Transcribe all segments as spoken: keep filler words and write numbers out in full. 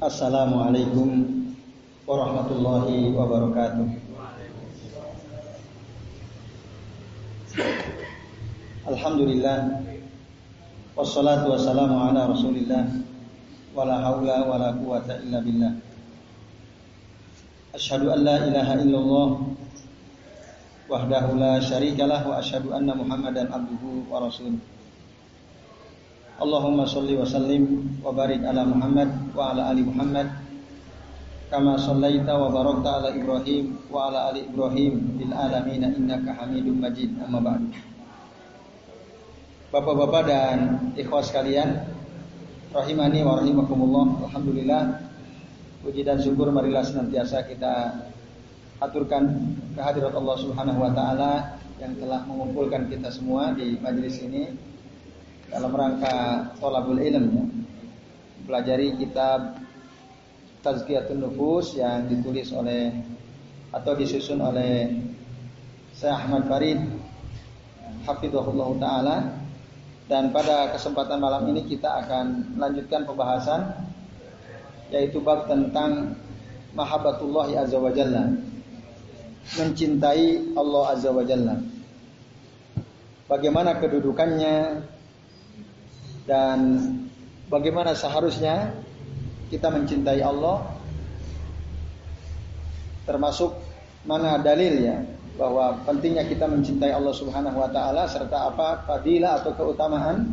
Assalamualaikum warahmatullahi wabarakatuh. Alhamdulillah, wassalatu wassalamu ala rasulillah, wala haula wala quwata illa billah. Asyhadu an la ilaha illallah wahdahu la syarikalah, wa asyhadu anna muhammadan abduhu wa rasuluh. Allahumma sholli wa sallim wa barik ala Muhammad wa ala ali Muhammad kama shallaita wa barakta ala Ibrahim wa ala ali Ibrahim fil alamin innaka Hamidum Majid. Amma ba'du. Bapak-bapak dan ikhwas sekalian, rahimani wa rahimakumullah. Alhamdulillah, puji dan syukur marilah senantiasa kita aturkan kehadirat Allah Subhanahu wa taala yang telah mengumpulkan kita semua di majelis ini dalam rangka thalabul ilm, ya. Pelajari kitab Tazkiyatun Nufus yang ditulis oleh atau disusun oleh Syekh Ahmad Farid hafizahullah taala. Dan pada kesempatan malam ini kita akan melanjutkan pembahasan, yaitu bab tentang mahabbatullah azza wa jalla, mencintai Allah azza wa jalla. Bagaimana kedudukannya dan bagaimana seharusnya kita mencintai Allah, termasuk mana dalilnya bahwa pentingnya kita mencintai Allah Subhanahu wa taala, serta apa fadilah atau keutamaan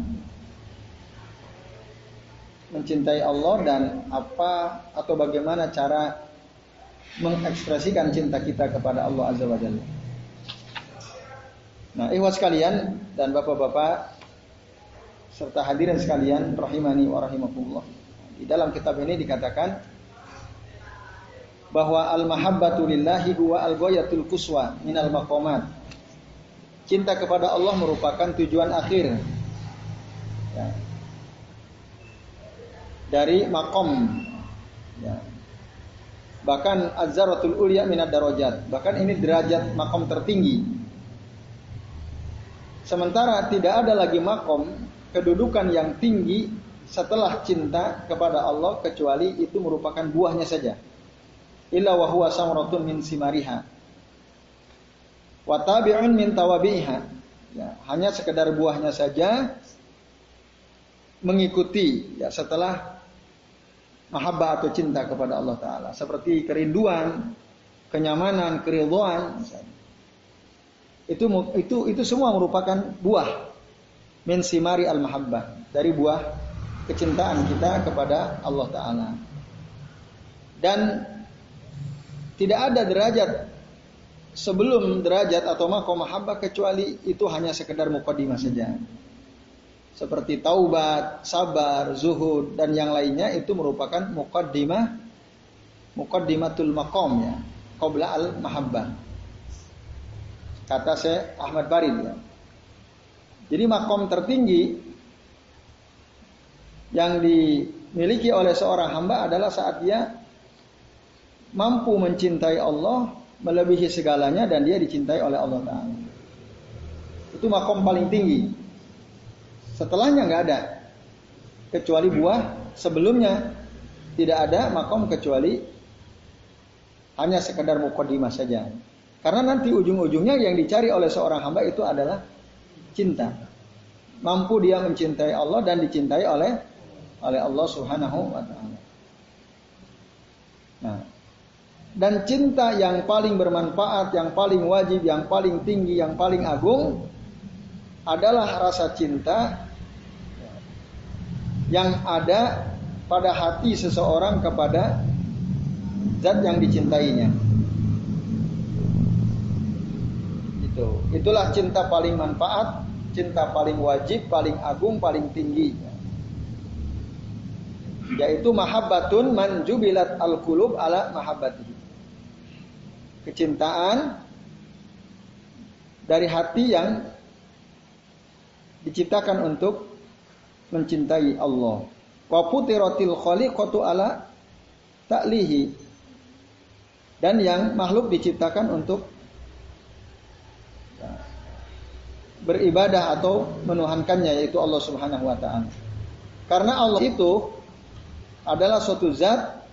mencintai Allah, dan apa atau bagaimana cara mengekspresikan cinta kita kepada Allah azza wa jalla. Nah, ikhwas sekalian dan bapak-bapak serta hadirin sekalian rahimani wa rahimakumullah. Di dalam kitab ini dikatakan bahwa al-mahabbatu lillahi huwa al-ghayatul quswa minal maqamat. Cinta kepada Allah merupakan tujuan akhir, ya, dari maqam, ya. Bahkan az-zaratul ulya minad darajat. Bahkan ini derajat maqam tertinggi. Sementara tidak ada lagi maqam, kedudukan yang tinggi setelah cinta kepada Allah, kecuali itu merupakan buahnya saja. Illa wa huwa samratun min simariha wa tabi'un min tawabi'iha. Ya, hanya sekedar buahnya saja mengikuti, ya, setelah mahabbah atau cinta kepada Allah taala, seperti kerinduan, kenyamanan, keridhaan. Itu itu itu semua merupakan buah min simari al-mahabbah, dari buah kecintaan kita kepada Allah taala. Dan tidak ada derajat sebelum derajat atau maqam mahabbah kecuali itu hanya sekedar muqaddimah saja. Seperti taubat, sabar, zuhud dan yang lainnya itu merupakan muqaddimah, muqaddimatul maqam, ya, qabla al-mahabbah. Kata Syekh Ahmad Farid, ya. Jadi maqam tertinggi yang dimiliki oleh seorang hamba adalah saat dia mampu mencintai Allah melebihi segalanya dan dia dicintai oleh Allah Ta'ala. Itu maqam paling tinggi. Setelahnya nggak ada, kecuali buah. Sebelumnya tidak ada maqam kecuali hanya sekedar muqaddimah saja. Karena nanti ujung-ujungnya yang dicari oleh seorang hamba itu adalah cinta. Mampu dia mencintai Allah dan dicintai oleh oleh Allah Subhanahu wa taala. Nah, dan cinta yang paling bermanfaat, yang paling wajib, yang paling tinggi, yang paling agung adalah rasa cinta yang ada pada hati seseorang kepada zat yang dicintainya. Itu, itulah cinta paling manfaat, cinta paling wajib, paling agung, paling tinggi, yaitu mahabbatun man jubilat al-qulub ala mahabbatihi. Kecintaan dari hati yang diciptakan untuk mencintai Allah. Wa futiratil khaliqatu ala ta'lihi, dan yang makhluk diciptakan untuk beribadah atau menuhankannya, yaitu Allah Subhanahu wa taala. Karena Allah itu adalah suatu zat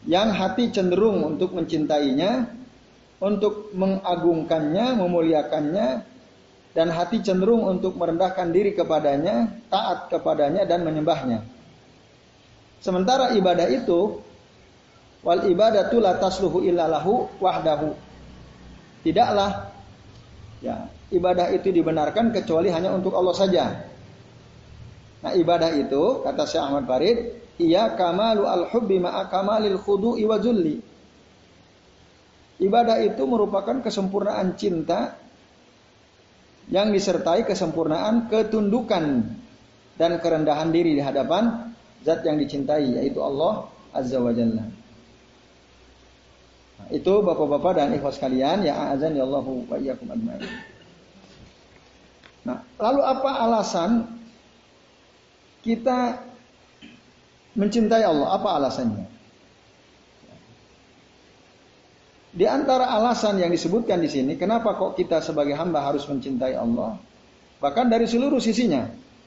yang hati cenderung untuk mencintainya, untuk mengagungkannya, memuliakannya, dan hati cenderung untuk merendahkan diri kepadanya, taat kepadanya dan menyembahnya. Sementara ibadah itu, wal ibadatu la tasluhu illa lahu wahdahu. Tidaklah ya, ibadah itu dibenarkan kecuali hanya untuk Allah saja. Nah, ibadah itu kata Syekh Ahmad Farid, iya kamalu al-hubbi ma'a kamalil khudu'i wa zulli. Ibadah itu merupakan kesempurnaan cinta yang disertai kesempurnaan ketundukan dan kerendahan diri di hadapan zat yang dicintai, yaitu Allah Azza wa Jalla. Nah, itu bapak-bapak dan ikhwas sekalian, ya a'azani Allahu wa iyyakum ajmain. Nah, lalu apa alasan kita mencintai Allah? Apa alasannya? Di antara alasan yang disebutkan di sini, kenapa kok kita sebagai hamba harus mencintai Allah? Bahkan dari seluruh sisinya.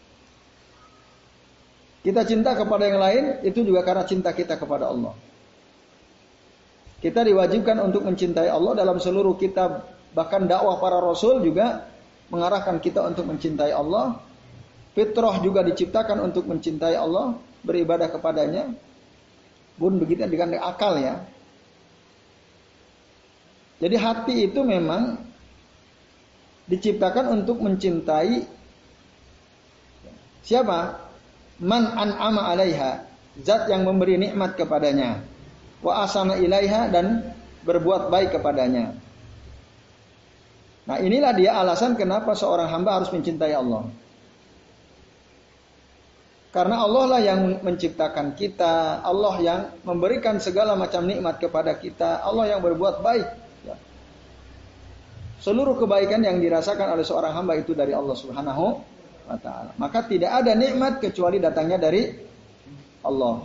Kita cinta kepada yang lain, itu juga karena cinta kita kepada Allah. Kita diwajibkan untuk mencintai Allah dalam seluruh kitab. Bahkan dakwah para rasul juga mengarahkan kita untuk mencintai Allah. Fitrah juga diciptakan untuk mencintai Allah, beribadah kepadanya. Pun begitu dengan akal ya. Jadi hati itu memang diciptakan untuk mencintai siapa? Man an'ama alaiha, zat yang memberi nikmat kepadanya. Wa asana ilaiha, dan berbuat baik kepadanya. Nah, inilah dia alasan kenapa seorang hamba harus mencintai Allah. Karena Allah lah yang menciptakan kita, Allah yang memberikan segala macam nikmat kepada kita, Allah yang berbuat baik. Ya. Seluruh kebaikan yang dirasakan oleh seorang hamba itu dari Allah Subhanahu wa ta'ala. Maka tidak ada nikmat kecuali datangnya dari Allah.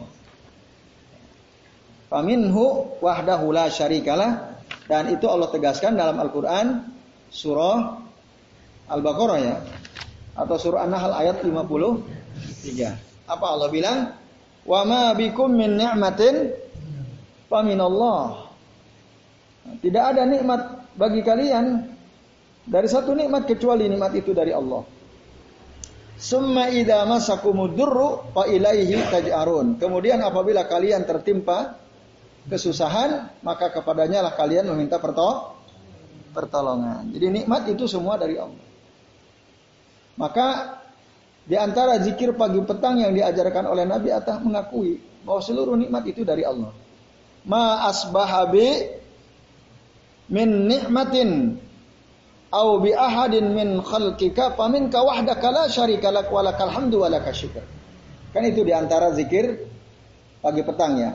Faminhu wahdahu la syarikalah, dan itu Allah tegaskan dalam Al-Qur'an surah Al-Baqarah ya, atau surah An-Nahl ayat lima puluh tiga. Apa Allah bilang? Wa ma bikum min ni'matin fa minallah. Tidak ada nikmat bagi kalian dari satu nikmat kecuali nikmat itu dari Allah. Summa idza masakumud durru fa ilaihi taj'arun. Kemudian apabila kalian tertimpa kesusahan, maka kepadanya lah kalian meminta pertolongan. Jadi nikmat itu semua dari Allah. Maka di antara zikir pagi petang yang diajarkan oleh Nabi Atah mengakui bahwa seluruh nikmat itu dari Allah. Ma asbahabi min nikmatin au bi ahadin min khalqika faminka wahdaka la syarika lak wa lakal hamdu wa lakal syukur. Kan itu di antara zikir pagi petang ya.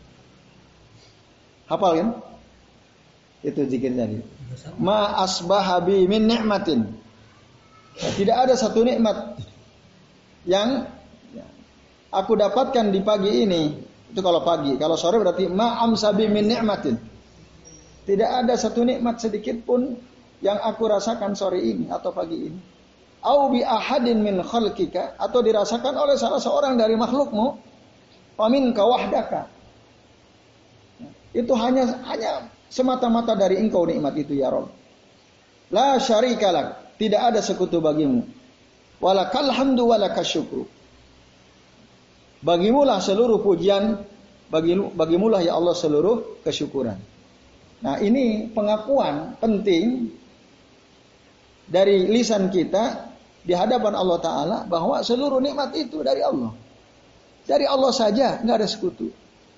Hafal kan? Itu zikir tadi. Ma asbahabi min nikmatin. Tidak ada satu nikmat yang aku dapatkan di pagi ini. Itu kalau pagi. Kalau sore berarti ma amsabi min ni'matin. Tidak ada satu nikmat sedikit pun yang aku rasakan sore ini atau pagi ini. Au bi ahadin min khalqika, atau dirasakan oleh salah seorang dari makhlukmu. Faminka wahdaka. Itu hanya hanya semata-mata dari engkau nikmat itu ya Rabb. La syarikalak, tidak ada sekutu bagimu. Walakal hamdu walakas syukru. Bagimulah seluruh pujian, bagimulah ya Allah seluruh kesyukuran. Nah, ini pengakuan penting dari lisan kita di hadapan Allah Ta'ala bahwa seluruh nikmat itu dari Allah. Dari Allah saja, nggak ada sekutu.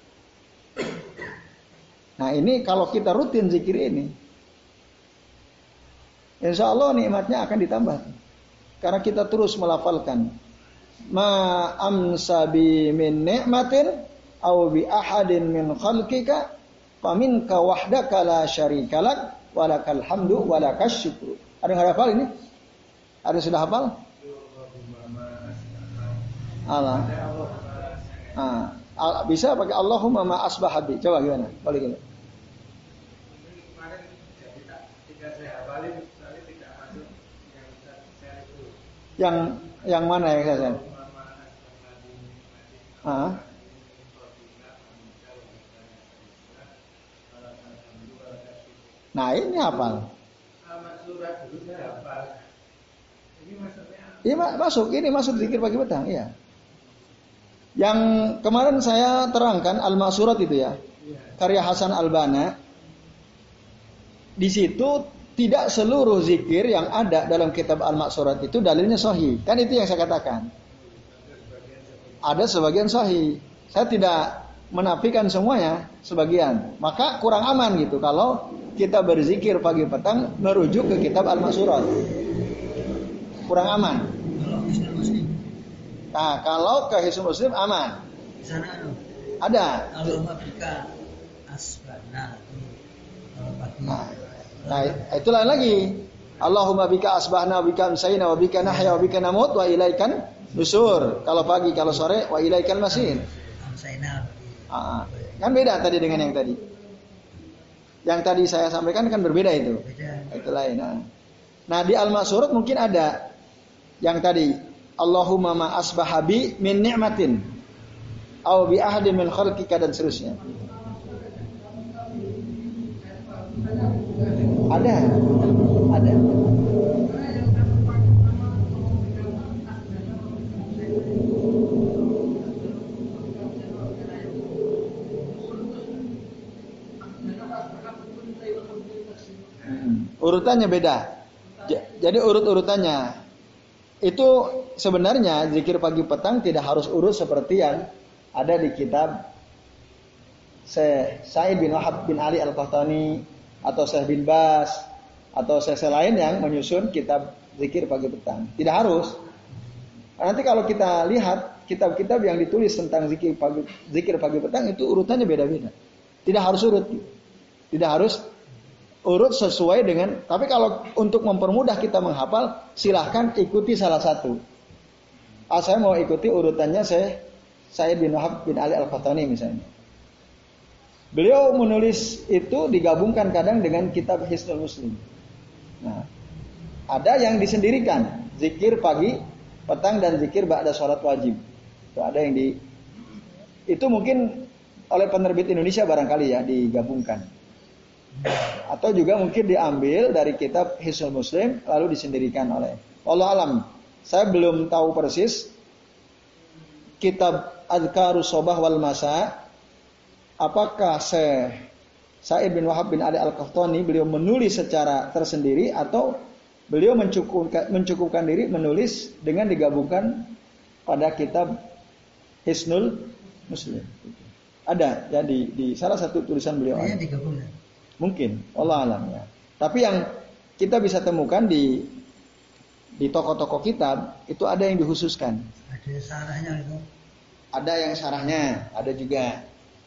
Nah, ini kalau kita rutin zikir ini, insya Allah nikmatnya akan ditambah. Karena kita terus melafalkan ma amsabi min ni'matin aw bi ahadin min khalqika faminka wahdaka la syarikalak walakal hamdu walakas syukru. Ada yang hafal ini? Ada yang sudah hafal? Allah. Ah, bisa pakai Allahumma ma asbahabi. Coba gimana? Boleh gimana? Yang yang mana yang saya? Ah. Nah ini hafal. Surat dulu saya hafal. Ini maksudnya. Iya masuk, ini masuk zikir pagi petang, iya. Yang kemarin saya terangkan Al-Ma'surat itu ya, karya Hasan Al-Banna. Di situ tidak seluruh zikir yang ada dalam kitab Al-Ma'surat itu dalilnya sahih. Kan itu yang saya katakan. Ada sebagian sahih. Saya tidak menafikan semuanya, sebagian. Maka kurang aman gitu kalau kita berzikir pagi petang merujuk ke kitab Al-Ma'surat. Kurang aman. Nah, kalau ke Hisnul Muslim aman. Di sana anu. Ada. Allahumma bika asbahna. Nah, nah itu lain lagi. Allahumma bika asbahna wa bika amsayna wa bika nahya wa bika namut wa ilaikan nusur. Kalau pagi, kalau sore wa ilaikal masir. Amsayna. Ah, kan beda tadi dengan yang tadi. Yang tadi saya sampaikan kan berbeda itu. Beda. Itu lain. Nah, nah di Al-Ma'surat mungkin ada yang tadi Allahumma ma asbahabi min ni'matin au bi ahadin min khalqika dan seterusnya. Ada. Ada. Hmm. Urutannya beda. Jadi urut-urutannya itu sebenarnya zikir pagi petang tidak harus urut seperti yang ada di kitab Syekh Sa'id bin Wahab bin Ali Al-Qahtani atau Syekh bin Bas atau Syekh lain yang menyusun kitab zikir pagi petang. Tidak harus. Nanti kalau kita lihat kitab-kitab yang ditulis tentang zikir pagi zikir pagi petang itu urutannya beda-beda. Tidak harus urut. Tidak harus urut sesuai dengan, tapi kalau untuk mempermudah kita menghafal, silahkan ikuti salah satu. Ah, saya mau ikuti urutannya saya Sa'id bin Wahab bin Ali Al-Qahtani misalnya. Beliau menulis itu digabungkan kadang dengan kitab Hisnul Muslim. Nah, ada yang disendirikan, zikir pagi, petang dan zikir ba'da sholat wajib. Itu ada yang di, itu mungkin oleh penerbit Indonesia barangkali ya digabungkan. Atau juga mungkin diambil dari kitab Hisnul Muslim lalu disendirikan oleh Allah alam. Saya belum tahu persis kitab Adhkarus Sobah wal Masa apakah Syekh Sa'id bin Wahab bin Ali Al-Qahtani beliau menulis secara tersendiri atau beliau mencukupkan, mencukupkan diri menulis dengan digabungkan pada kitab Hisnul Muslim. Ada ya di, di salah satu tulisan beliau. Kayaknya digabungkan. Mungkin, Allah alam ya. Tapi yang kita bisa temukan di di toko-toko kitab itu ada yang dikhususkan. Ada sarahnya itu. Ada yang sarahnya, ada juga.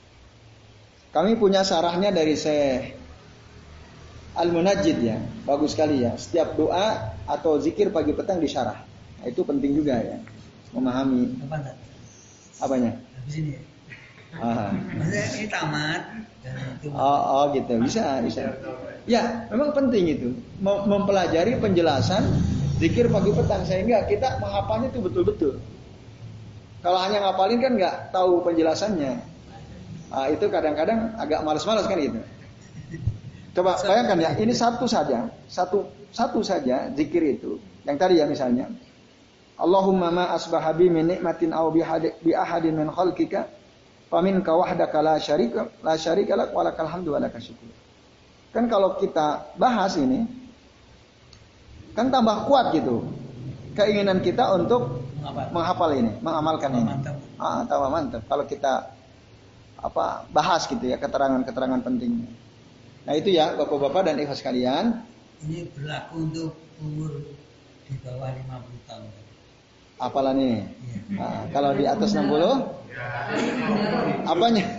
Kami punya sarahnya dari Syekh Al-Munajjid ya, bagus sekali ya. Setiap doa atau zikir pagi petang disyarah. Nah, itu penting juga ya, memahami. Apa enggak? Apanya? Habis ini. Ah. Maksudnya ini tamat. Oh, oh gitu, bisa, bisa. Ya, memang penting itu Mem- mempelajari penjelasan zikir pagi petang sehingga kita menghafalnya itu betul-betul. Kalau hanya ngapalin kan nggak tahu penjelasannya. Nah, itu kadang-kadang agak malas-malas kan gitu. Coba bayangkan ya, ini satu saja, satu satu saja zikir itu. Yang tadi ya misalnya, Allahumma ma asbahabi min nikmatin aw bi ahadin min khalqika faminka wahdaka la syarika la syarika lak wa lakal hamdu wa lakas syukur. Kan kalau kita bahas ini kan tambah kuat gitu keinginan kita untuk Menghafal. menghafal ini, mengamalkan ini. Mantap. Ah, tambah mantap kalau kita apa bahas gitu ya keterangan-keterangan penting. Nah itu ya Bapak-bapak dan ikhwan sekalian. Ini berlaku untuk umur di bawah lima puluh tahun. Apalan ini. Iya. Nah, kalau di atas enam puluh apanya?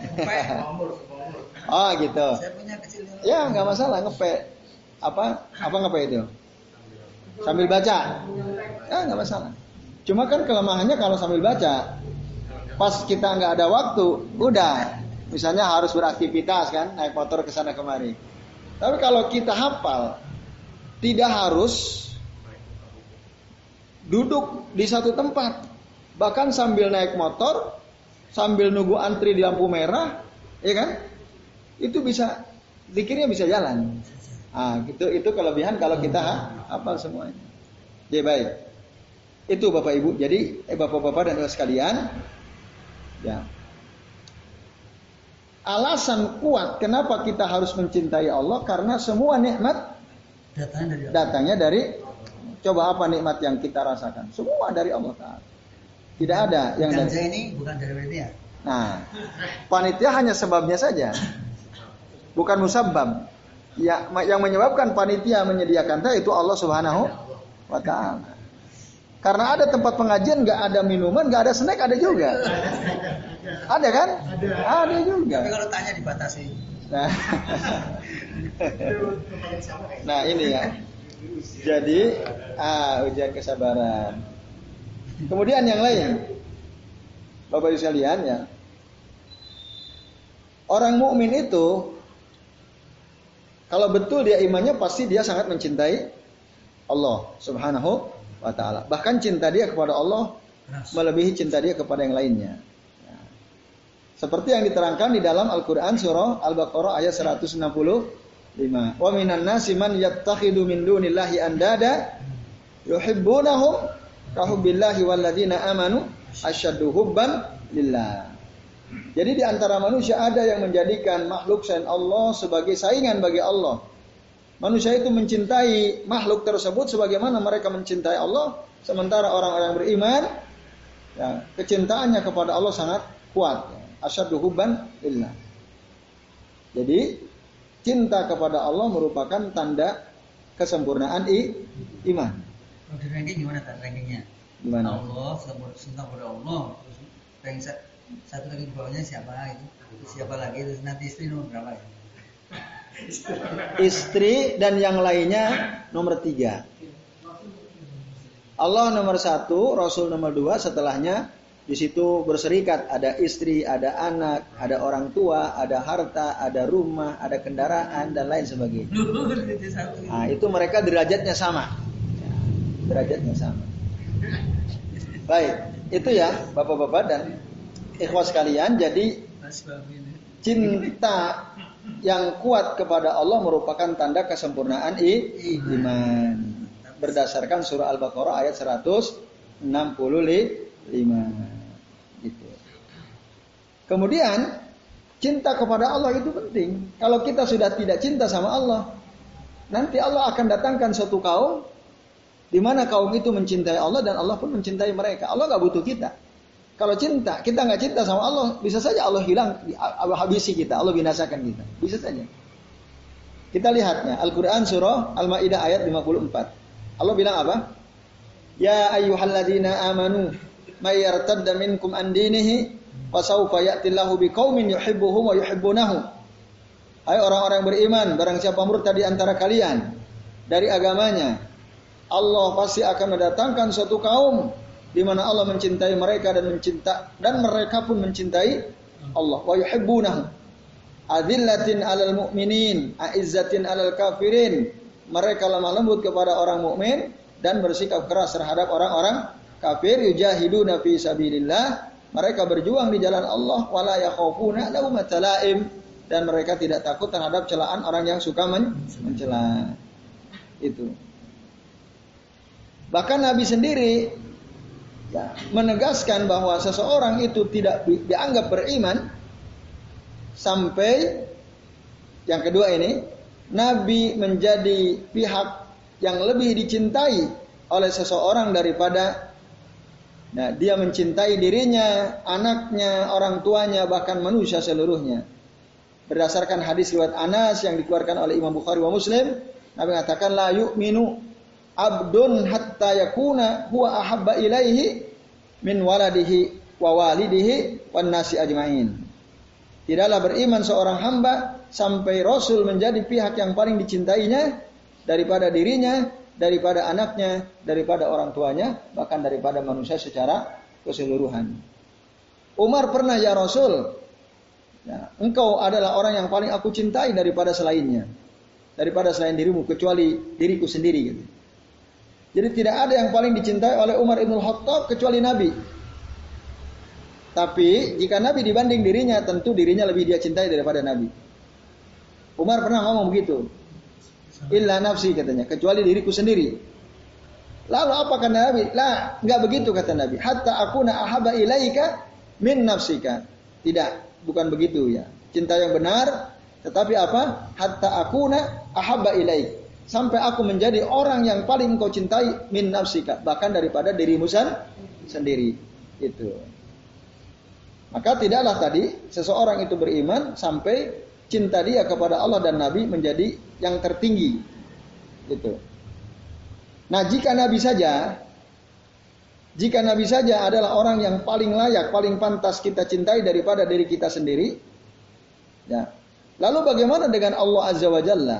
Oh gitu. Saya punya kecil. Ya nggak masalah ngepe. Apa apa ngepe itu? Sambil baca. Ya nggak masalah. Cuma kan kelemahannya kalau sambil baca, pas kita nggak ada waktu, udah. Misalnya harus beraktivitas kan, naik motor ke sana kemari. Tapi kalau kita hafal, tidak harus duduk di satu tempat. Bahkan sambil naik motor, sambil nunggu antri di lampu merah, ya kan? Itu bisa, zikirnya bisa jalan. Ah, gitu itu kelebihan kalau kita hafal semuanya. Ya baik. Itu Bapak Ibu. Jadi eh, Bapak-bapak dan Ibu sekalian, ya. Alasan kuat kenapa kita harus mencintai Allah karena semua nikmat Datangnya dari Allah. datangnya dari coba apa nikmat yang kita rasakan? Semua dari Allah Ta'ala. Tidak ada yang Dan dari saya ini bukan dari panitia. Nah, panitia hanya sebabnya saja. Bukan musabbab. Ya, yang menyebabkan panitia menyediakan teh itu Allah Subhanahu wa Ta'ala. Karena ada tempat pengajian nggak ada minuman, nggak ada snack, ada juga. Ada kan? Ada. Ada juga. Tapi kalau tanya dibatasi. Nah, nah ini ya. Jadi ah, ujian kesabaran. Kemudian yang lain, Bapak Ibu sekalian ya, orang mukmin itu kalau betul dia imannya pasti dia sangat mencintai Allah Subhanahu wa Ta'ala. Bahkan cinta dia kepada Allah melebihi cinta dia kepada yang lainnya. Seperti yang diterangkan di dalam Al-Quran surah Al-Baqarah ayat seratus enam puluh lima. Wa minan nasi man yattakhidu min dunillahi andada yuhibbunahum kahubbillahi walladzina amanu asyaddu hubban lillah. Jadi di antara manusia ada yang menjadikan makhluk selain Allah sebagai saingan bagi Allah. Manusia itu mencintai makhluk tersebut sebagaimana mereka mencintai Allah. Sementara orang-orang beriman, ya, kecintaannya kepada Allah sangat kuat. Asyaddu hubban lillah. Jadi cinta kepada Allah merupakan tanda kesempurnaan i, iman. Kalau di ranking gimana kan rankingnya? Gimana? Allah, cinta kepada Allah. Terus ranking satu lagi di bawahnya siapa itu? Siapa lagi? Terus nanti istri nomor berapa ya? Istri dan yang lainnya nomor tiga. Allah nomor satu, Rasul nomor dua. Setelahnya di situ berserikat ada istri, ada anak, ada orang tua, ada harta, ada rumah, ada kendaraan dan lain sebagainya. Nah, itu mereka derajatnya sama. Derajatnya sama. Baik, itu ya Bapak-bapak dan ikhwas sekalian. Jadi cinta yang kuat kepada Allah merupakan tanda kesempurnaan iman. Berdasarkan surah Al-Baqarah ayat seratus enam puluh lima. Gitu. Kemudian cinta kepada Allah itu penting. Kalau kita sudah tidak cinta sama Allah, nanti Allah akan datangkan suatu kaum di mana kaum itu mencintai Allah dan Allah pun mencintai mereka. Allah nggak butuh kita. Kalau cinta, kita nggak cinta sama Allah, bisa saja Allah hilang, Allah habisi kita, Allah binasakan kita. Bisa saja. Kita lihatnya, Al-Quran surah Al-Ma'idah ayat lima puluh empat. Allah bilang apa? Ya ayyuhalladzina amanu may yartadda minkum an dinihi wa sawfa ya'tillahu biqaumin yuhibbuhum wa yuhibbunahu. Hai orang-orang beriman, barang siapa murtad di antara kalian dari agamanya, Allah pasti akan mendatangkan suatu kaum di mana Allah mencintai mereka dan mencinta dan mereka pun mencintai Allah. Wa yuhibbunahu. Adillatin 'alal mu'minin, a'izzatin 'alal kafirin. Mereka lemah lembut kepada orang mukmin dan bersikap keras terhadap orang-orang kafir. Yujahiduna fi sabilillah. Mereka berjuang di jalan Allah wala yakhafuna lawmata laim, dan mereka tidak takut terhadap celaan orang yang suka mencela. Itu. Bahkan Nabi sendiri ya, menegaskan bahwa seseorang itu tidak dianggap beriman sampai yang kedua ini, Nabi menjadi pihak yang lebih dicintai oleh seseorang daripada nah, dia mencintai dirinya, anaknya, orang tuanya, bahkan manusia seluruhnya. Berdasarkan hadis riwayat Anas yang dikeluarkan oleh Imam Bukhari wa Muslim, Nabi mengatakan la yu'minu abdun hatta yakuna huwa ahabba ilaihi min waladihi wa walidihi wan nasi ajmain. Tidaklah beriman seorang hamba sampai Rasul menjadi pihak yang paling dicintainya daripada dirinya, daripada anaknya, daripada orang tuanya, bahkan daripada manusia secara keseluruhan. Umar pernah, ya Rasul, ya, engkau adalah orang yang paling aku cintai daripada selainnya, daripada selain dirimu, kecuali diriku sendiri gitu. Jadi tidak ada yang paling dicintai oleh Umar Ibn Khattab kecuali Nabi. Tapi jika Nabi dibanding dirinya, tentu dirinya lebih dia cintai daripada Nabi. Umar pernah ngomong begitu. illa nafsi katanya, kecuali diriku sendiri. Lalu apa kata Nabi? Lah, enggak begitu kata Nabi. Hatta akuna ahabba ilaika min nafsika. Tidak, bukan begitu ya. Cinta yang benar, tetapi apa? Hatta akuna ahabba ilaik. Sampai aku menjadi orang yang paling engkau cintai min nafsika, bahkan daripada dirimu sendiri. Itu. Maka tidaklah tadi seseorang itu beriman sampai cinta dia kepada Allah dan Nabi menjadi yang tertinggi. Itu. Nah, jika Nabi saja jika Nabi saja adalah orang yang paling layak, paling pantas kita cintai daripada diri kita sendiri, ya. Lalu bagaimana dengan Allah Azza wa Jalla?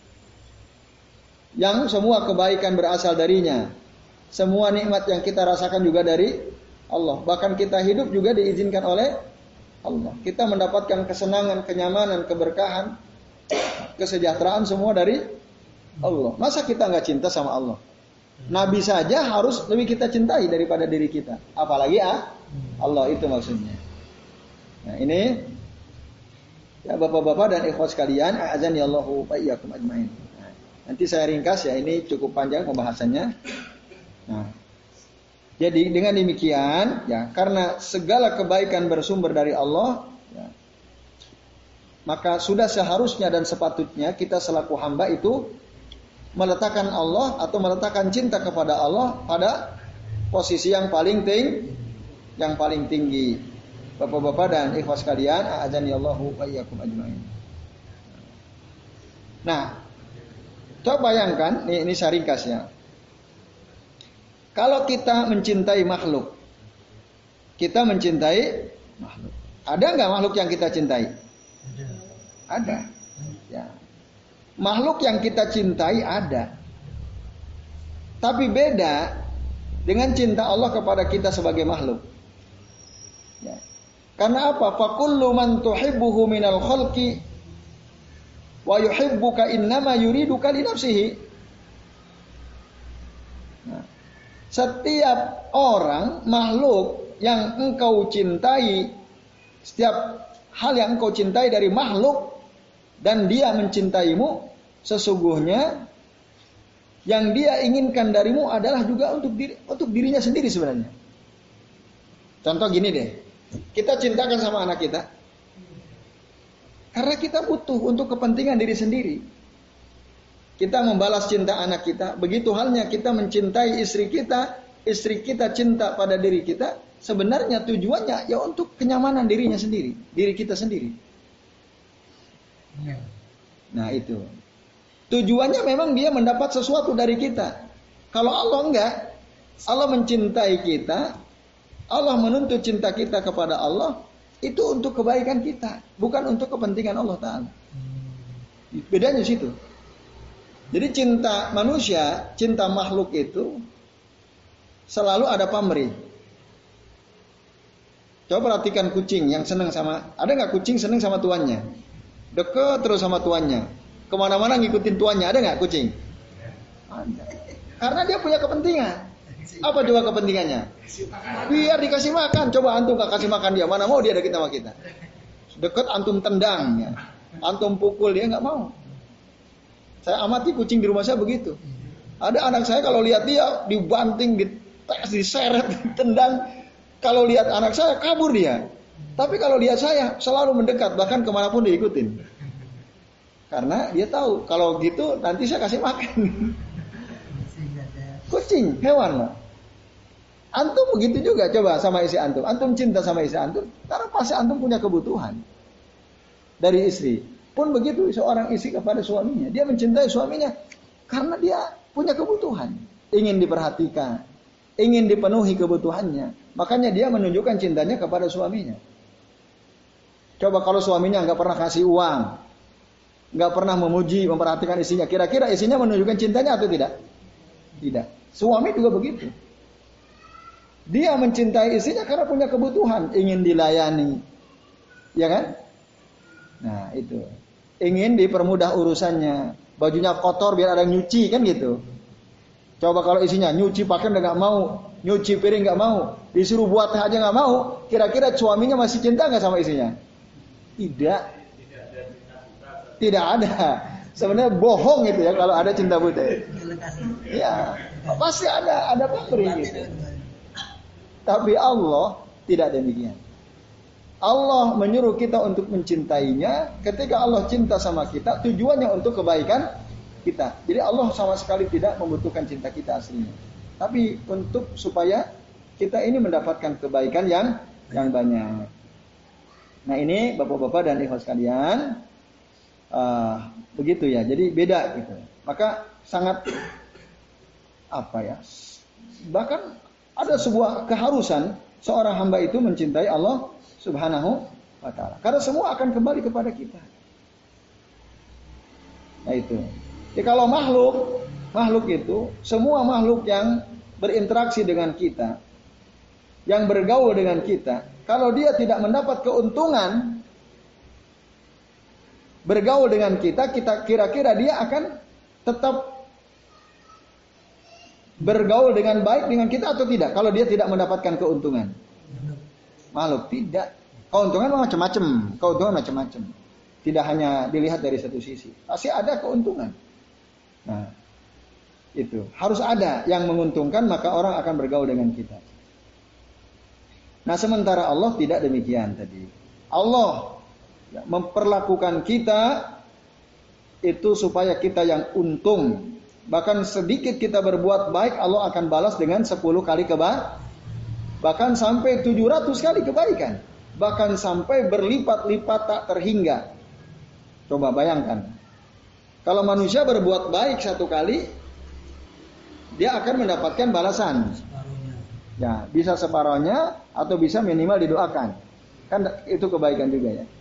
Yang semua kebaikan berasal darinya. Semua nikmat yang kita rasakan juga dari Allah. Bahkan kita hidup juga diizinkan oleh Allah. Kita mendapatkan kesenangan, kenyamanan, keberkahan, kesejahteraan semua dari Allah. Masa kita nggak cinta sama Allah? Nabi saja harus lebih kita cintai daripada diri kita. Apalagi ah, Allah, itu maksudnya. Nah ini ya bapak-bapak dan ikhwas sekalian, a'azani Allahu wa iyyakum ajmain. Nah, nanti saya ringkas ya, ini cukup panjang pembahasannya. Nah, jadi dengan demikian ya, karena segala kebaikan bersumber dari Allah, ya, maka sudah seharusnya dan sepatutnya kita selaku hamba itu meletakkan Allah atau meletakkan cinta kepada Allah pada posisi yang paling tinggi, yang paling tinggi. Bapak-bapak dan ikhwas sekalian, a'adzani Allahu wa iyyakum ajmain. Nah, coba bayangkan, ini, ini saya ringkas ya. Kalau kita mencintai makhluk, kita mencintai makhluk. Ada nggak makhluk yang kita cintai? Ada. Ada. Ya. Makhluk yang kita cintai ada. Tapi beda dengan cinta Allah kepada kita sebagai makhluk. Ya. Karena apa? Fakullu man tuhibbuhu minal khalqi wa yuhibbuka innama yuriduka li nafsihi. Nah, setiap orang makhluk yang engkau cintai, setiap hal yang engkau cintai dari makhluk dan dia mencintaimu, sesungguhnya yang dia inginkan darimu adalah juga untuk diri, untuk dirinya sendiri sebenarnya. Contoh gini deh, kita cintakan sama anak kita karena kita butuh untuk kepentingan diri sendiri. Kita membalas cinta anak kita, begitu halnya kita mencintai istri kita, istri kita cinta pada diri kita, sebenarnya tujuannya ya untuk kenyamanan dirinya sendiri, diri kita sendiri. Nah itu tujuannya memang dia mendapat sesuatu dari kita. Kalau Allah enggak, Allah mencintai kita, Allah menuntut cinta kita kepada Allah, itu untuk kebaikan kita, bukan untuk kepentingan Allah Ta'ala. Bedanya situ. Jadi cinta manusia, cinta makhluk itu selalu ada pamrih. Coba perhatikan kucing yang senang sama, ada nggak kucing senang sama tuannya? Deket terus sama tuannya, kemana-mana ngikutin tuannya, ada nggak kucing? Ada. Karena dia punya kepentingan. Apa coba kepentingannya? Biar dikasih makan. Coba antum gak kasih makan dia, mana mau dia deket sama kita? Deket antum tendang, ya. Antum pukul dia nggak mau. Saya amati kucing di rumah saya begitu. Ada anak saya kalau lihat dia dibanting, dites, diseret, ditendang. Kalau lihat anak saya kabur dia. Tapi kalau lihat saya selalu mendekat, bahkan kemanapun diikutin. Karena dia tahu kalau gitu nanti saya kasih makan. Kucing, hewan lah. Antum begitu juga coba sama istri antum. Antum cinta sama istri antum, karena pasti antum punya kebutuhan dari istri. Pun begitu seorang istri kepada suaminya, dia mencintai suaminya karena dia punya kebutuhan, ingin diperhatikan, ingin dipenuhi kebutuhannya. Makanya dia menunjukkan cintanya kepada suaminya. Coba kalau suaminya nggak pernah kasih uang, nggak pernah memuji, memperhatikan istrinya, kira-kira istrinya menunjukkan cintanya atau tidak? Tidak. Suami juga begitu. Dia mencintai istrinya karena punya kebutuhan, ingin dilayani, ya kan? Nah itu, ingin dipermudah urusannya, bajunya kotor biar ada yang nyuci kan gitu. Coba kalau istrinya nyuci pakaian nggak mau, nyuci piring nggak mau, disuruh buat teh aja nggak mau, kira-kira suaminya masih cinta nggak sama istrinya? Tidak, tidak ada. Sebenarnya bohong itu ya kalau ada cinta buta. Lokasi. Ya, pasti ada ada pamrih gitu. Tapi Allah tidak demikian. Allah menyuruh kita untuk mencintainya. Ketika Allah cinta sama kita, tujuannya untuk kebaikan kita. Jadi Allah sama sekali tidak membutuhkan cinta kita aslinya. Tapi untuk supaya kita ini mendapatkan kebaikan yang yang banyak. Nah ini bapak-bapak dan ikhwas sekalian, uh, begitu ya. Jadi beda gitu. Maka sangat apa ya? Bahkan ada sebuah keharusan seorang hamba itu mencintai Allah Subhanahu wa ta'ala. Karena semua akan kembali kepada kita. Nah itu. Jadi kalau makhluk, makhluk itu, semua makhluk yang berinteraksi dengan kita, yang bergaul dengan kita, kalau dia tidak mendapat keuntungan bergaul dengan kita, kita kira-kira dia akan tetap bergaul dengan baik dengan kita atau tidak? Kalau dia tidak mendapatkan keuntungan. Makhluk tidak. Keuntungan macam-macam, keuntungan macam-macam. Tidak hanya dilihat dari satu sisi. Pasti ada keuntungan. Nah, itu harus ada yang menguntungkan, maka orang akan bergaul dengan kita. Nah, sementara Allah tidak demikian tadi. Allah ya, memperlakukan kita itu supaya kita yang untung. Bahkan sedikit kita berbuat baik, Allah akan balas dengan sepuluh kali kebaikan. Bahkan sampai tujuh ratus kali kebaikan. Bahkan sampai berlipat-lipat tak terhingga. Coba bayangkan. Kalau manusia berbuat baik satu kali, dia akan mendapatkan balasan. Separuhnya. Ya, bisa separohnya atau bisa minimal didoakan. Kan itu kebaikan juga ya.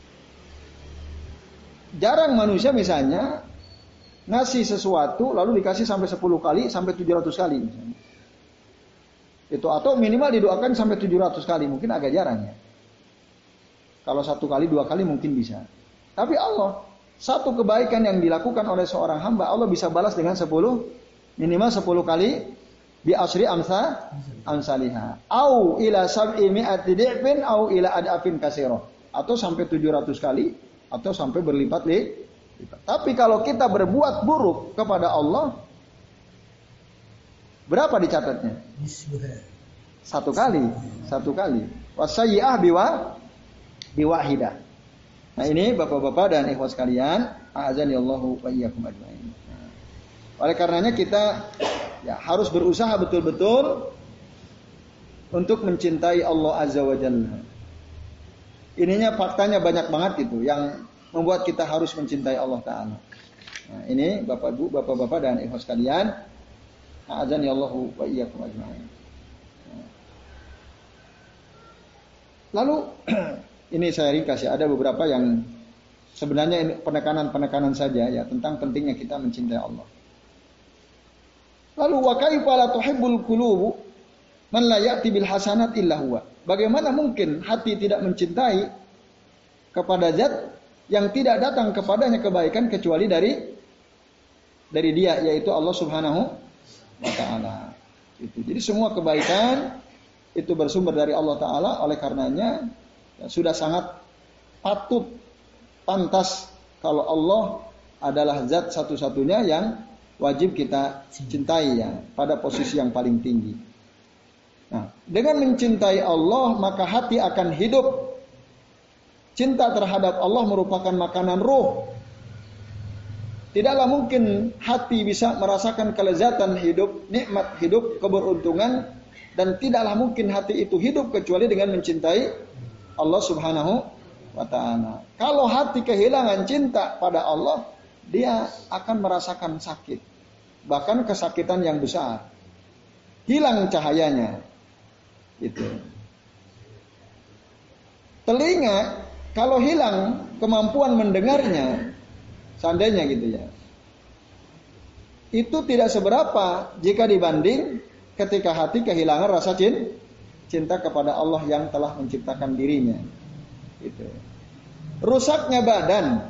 Jarang manusia misalnya ngasih sesuatu lalu dikasih sampai sepuluh kali sampai tujuh ratus kali misalnya. Itu atau minimal didoakan sampai tujuh ratus kali, mungkin agak jarang ya. Kalau satu kali, dua kali mungkin bisa. Tapi Allah, satu kebaikan yang dilakukan oleh seorang hamba, Allah bisa balas dengan sepuluh, minimal sepuluh kali bi asri amsa amsaliha. Au ila sab'i mi'ati di'fin au ila ad'afin katsira. Atau sampai tujuh ratus kali atau sampai berlipat-lipat. Tapi kalau kita berbuat buruk kepada Allah, berapa dicatatnya? Satu kali, satu kali. Wasayyi'ah biwa biwahidah. Nah ini bapak-bapak dan ikhwas sekalian, a'azani Allahu wa iyyakum ajmain. Nah, oleh karenanya kita ya harus berusaha betul-betul untuk mencintai Allah Azza wa Jalla. Ininya faktanya banyak banget itu yang membuat kita harus mencintai Allah Ta'ala. Nah ini bapak ibu, bapak-bapak dan ikhwas sekalian, a'azani Allahu wa iyyakum ajmain. Lalu ini saya ringkas ya, ada beberapa yang sebenarnya ini penekanan-penekanan saja ya tentang pentingnya kita mencintai Allah. Lalu wa kaifa la tuhibbul qulubu man la ya'ti bil hasanat illa huwa. Bagaimana mungkin hati tidak mencintai kepada zat yang tidak datang kepadanya kebaikan kecuali dari dari Dia, yaitu Allah Subhanahu wa taala. Itu. Jadi semua kebaikan itu bersumber dari Allah Ta'ala. Oleh karenanya ya, sudah sangat patut, pantas kalau Allah adalah zat satu-satunya yang wajib kita cintai ya, pada posisi yang paling tinggi. Nah, dengan mencintai Allah maka hati akan hidup. Cinta terhadap Allah merupakan makanan ruh. Tidaklah mungkin hati bisa merasakan kelezatan hidup, nikmat hidup, keberuntungan, dan tidaklah mungkin hati itu hidup kecuali dengan mencintai Allah Subhanahu wa ta'ala. Kalau hati kehilangan cinta pada Allah, dia akan merasakan sakit. Bahkan kesakitan yang besar. Hilang cahayanya. Itu. Telinga, kalau hilang kemampuan mendengarnya, seandainya gitu ya, itu tidak seberapa jika dibanding ketika hati kehilangan rasa cinta kepada Allah yang telah menciptakan dirinya. Itu. Rusaknya badan,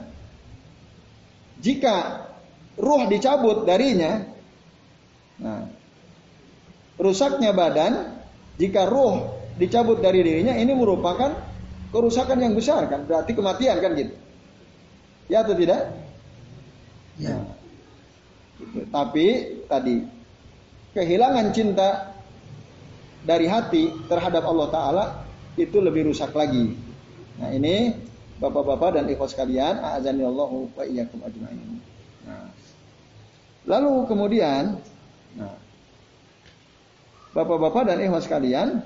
jika ruh dicabut darinya, nah, rusaknya badan, jika ruh dicabut dari dirinya, ini merupakan kerusakan yang besar kan, berarti kematian kan gitu. Ya atau tidak? Ya. Nah, gitu. Tapi tadi kehilangan cinta dari hati terhadap Allah Ta'ala itu lebih rusak lagi. Nah ini bapak-bapak dan ikhwas sekalian, a'azani Allahu wa iyyakum ajma'in. Nah, lalu kemudian, nah, bapak-bapak dan ikhwas sekalian,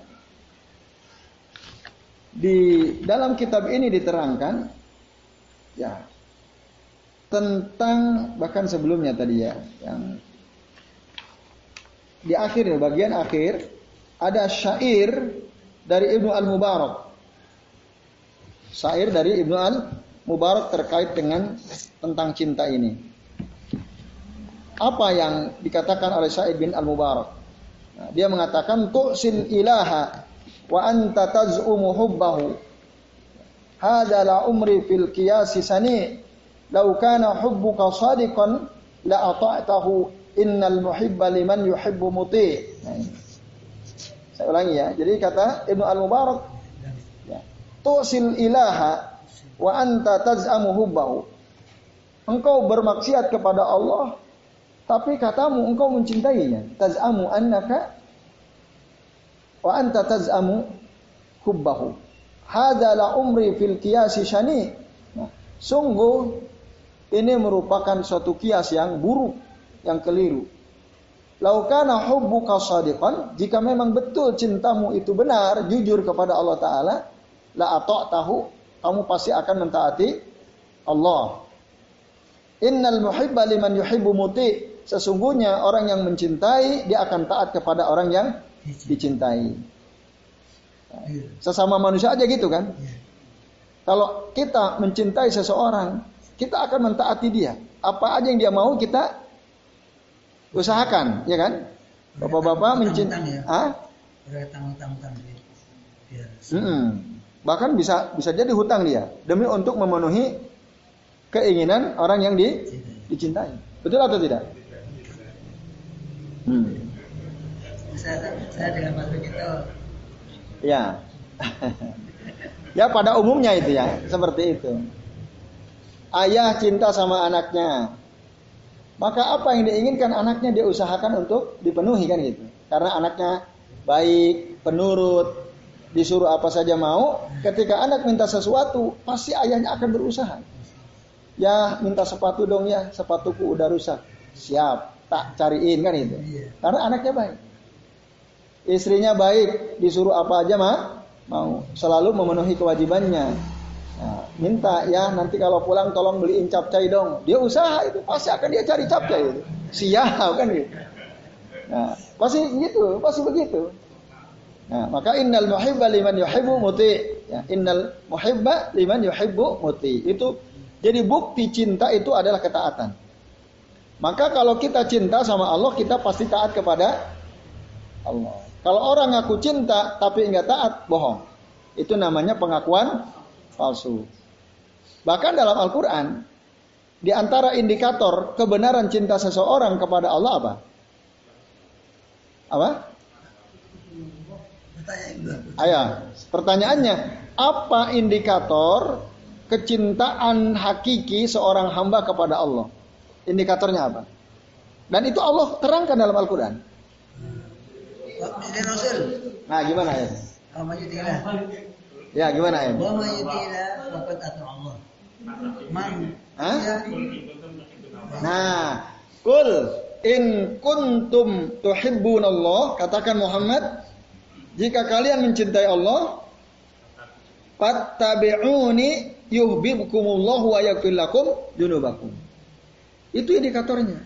di dalam kitab ini diterangkan, ya, tentang bahkan sebelumnya tadi ya, yang di akhir, bagian akhir. Ada syair dari Ibnu Al-Mubarak. Syair dari Ibnu Al-Mubarak terkait dengan tentang cinta ini. Apa yang dikatakan oleh Sa'id bin Al-Mubarak? Nah, dia mengatakan tu'sil ilaha wa anta taz'umu hubbahu. Hadza la umri fil qiyasi sani. Law kana hubbuka sadiqan la ata'tahu innal muhibba liman yuhibbu muti'. Nah, saya ulangi ya. Jadi kata Ibnu Al-Mubarak, ya, tu'sil ilaha wa anta taz'amu hubbahu. Engkau bermaksiat kepada Allah, tapi katamu engkau mencintainya. Taz'amu annaka wa anta taz'amu hubbahu. Hadza la umri fil qiyasi syani. Nah, sungguh ini merupakan suatu kias yang buruk, yang keliru. Lau kana hubbuka shadiqan, jika memang betul cintamu itu benar, jujur kepada Allah Ta'ala, la ata'tahu, kamu pasti akan mentaati Allah. Innal muhibba liman yuhibbu muti. Sesungguhnya orang yang mencintai, dia akan taat kepada orang yang dicintai. Sesama manusia aja gitu kan. Kalau kita mencintai seseorang, kita akan mentaati dia. Apa aja yang dia mau kita usahakan, ya kan? Bapak-bapak mencintai, ah? Bahkan bisa bisa jadi hutang dia demi untuk memenuhi keinginan orang yang di, dicintai. Betul atau tidak? Hmm. Saya, saya dengan Mas begitu. Ya. Ya pada umumnya itu ya, seperti itu. Ayah cinta sama anaknya. Maka apa yang diinginkan anaknya dia usahakan untuk dipenuhi kan gitu. Karena anaknya baik, penurut, disuruh apa saja mau. Ketika anak minta sesuatu, pasti ayahnya akan berusaha. Ya minta sepatu dong ya, sepatuku udah rusak. Siap, tak cariin kan itu. Karena anaknya baik. Istrinya baik, disuruh apa aja mah mau. Selalu memenuhi kewajibannya. Nah, minta ya nanti kalau pulang tolong beliin capcay dong. Dia usaha itu pasti akan dia cari capcay itu. Siap kan gitu. Nah, pasti gitu, pasti begitu. Nah, maka innal muhibba liman yuhibbu muti. Ya, innal muhibba liman yuhibbu muti. Itu jadi bukti cinta itu adalah ketaatan. Maka kalau kita cinta sama Allah, kita pasti taat kepada Allah. Kalau orang ngaku cinta tapi enggak taat, bohong. Itu namanya pengakuan palsu. Bahkan dalam Al-Quran, di antara indikator kebenaran cinta seseorang kepada Allah apa? Apa? Ayo, pertanyaannya, apa indikator kecintaan hakiki seorang hamba kepada Allah? Indikatornya apa? Dan itu Allah terangkan dalam Al-Quran. Nah, gimana ya? Ya gimana ya? Wa may yutina faqad ata Allah. Man. Hah? Nah, kul in kuntum tuhibbunallah, katakan Muhammad, jika kalian mencintai Allah, fattabi'uni yuhibbukumullahu wa yaghfir lakum dzunubakum. Itu indikatornya.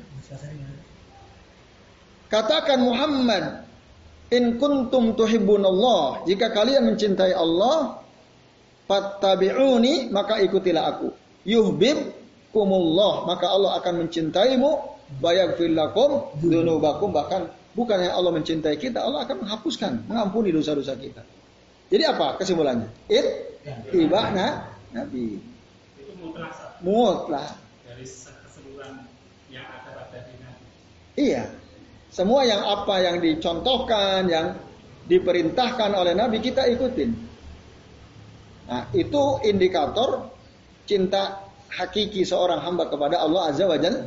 Katakan Muhammad, in kuntum tuhibbunallah, jika kalian mencintai Allah, fattabi'uni, maka ikutilah aku. Yuhibbukumullah, maka Allah akan mencintaimu. Wa yaghfir lakum dzunubakum, bahkan bukan hanya Allah mencintai kita, Allah akan menghapuskan, mengampuni dosa-dosa kita. Jadi apa kesimpulannya? Ittiba'na Nabi. Itu mutlak. Mutlak. Dari keseluruhan yang ada pada diri Nabi. Iya. Semua yang apa yang dicontohkan, yang diperintahkan oleh Nabi, kita ikutin. Nah, itu indikator cinta hakiki seorang hamba kepada Allah Azza wa Jalla.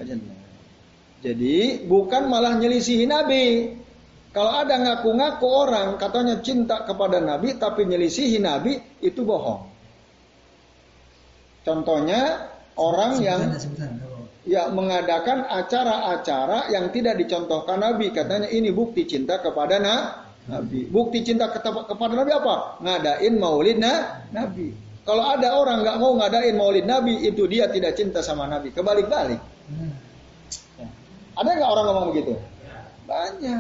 Jadi bukan malah nyelisihi Nabi. Kalau ada ngaku-ngaku orang katanya cinta kepada Nabi tapi nyelisihi Nabi, itu bohong. Contohnya orang yang ya mengadakan acara-acara yang tidak dicontohkan Nabi, katanya ini bukti cinta kepada Nabi. Bukti cinta kepada Nabi apa? Ngadain maulid Nabi. Kalau ada orang nggak mau ngadain maulid Nabi, itu dia tidak cinta sama Nabi. Kebalik-balik. Ya. Ada nggak orang ngomong begitu? Banyak.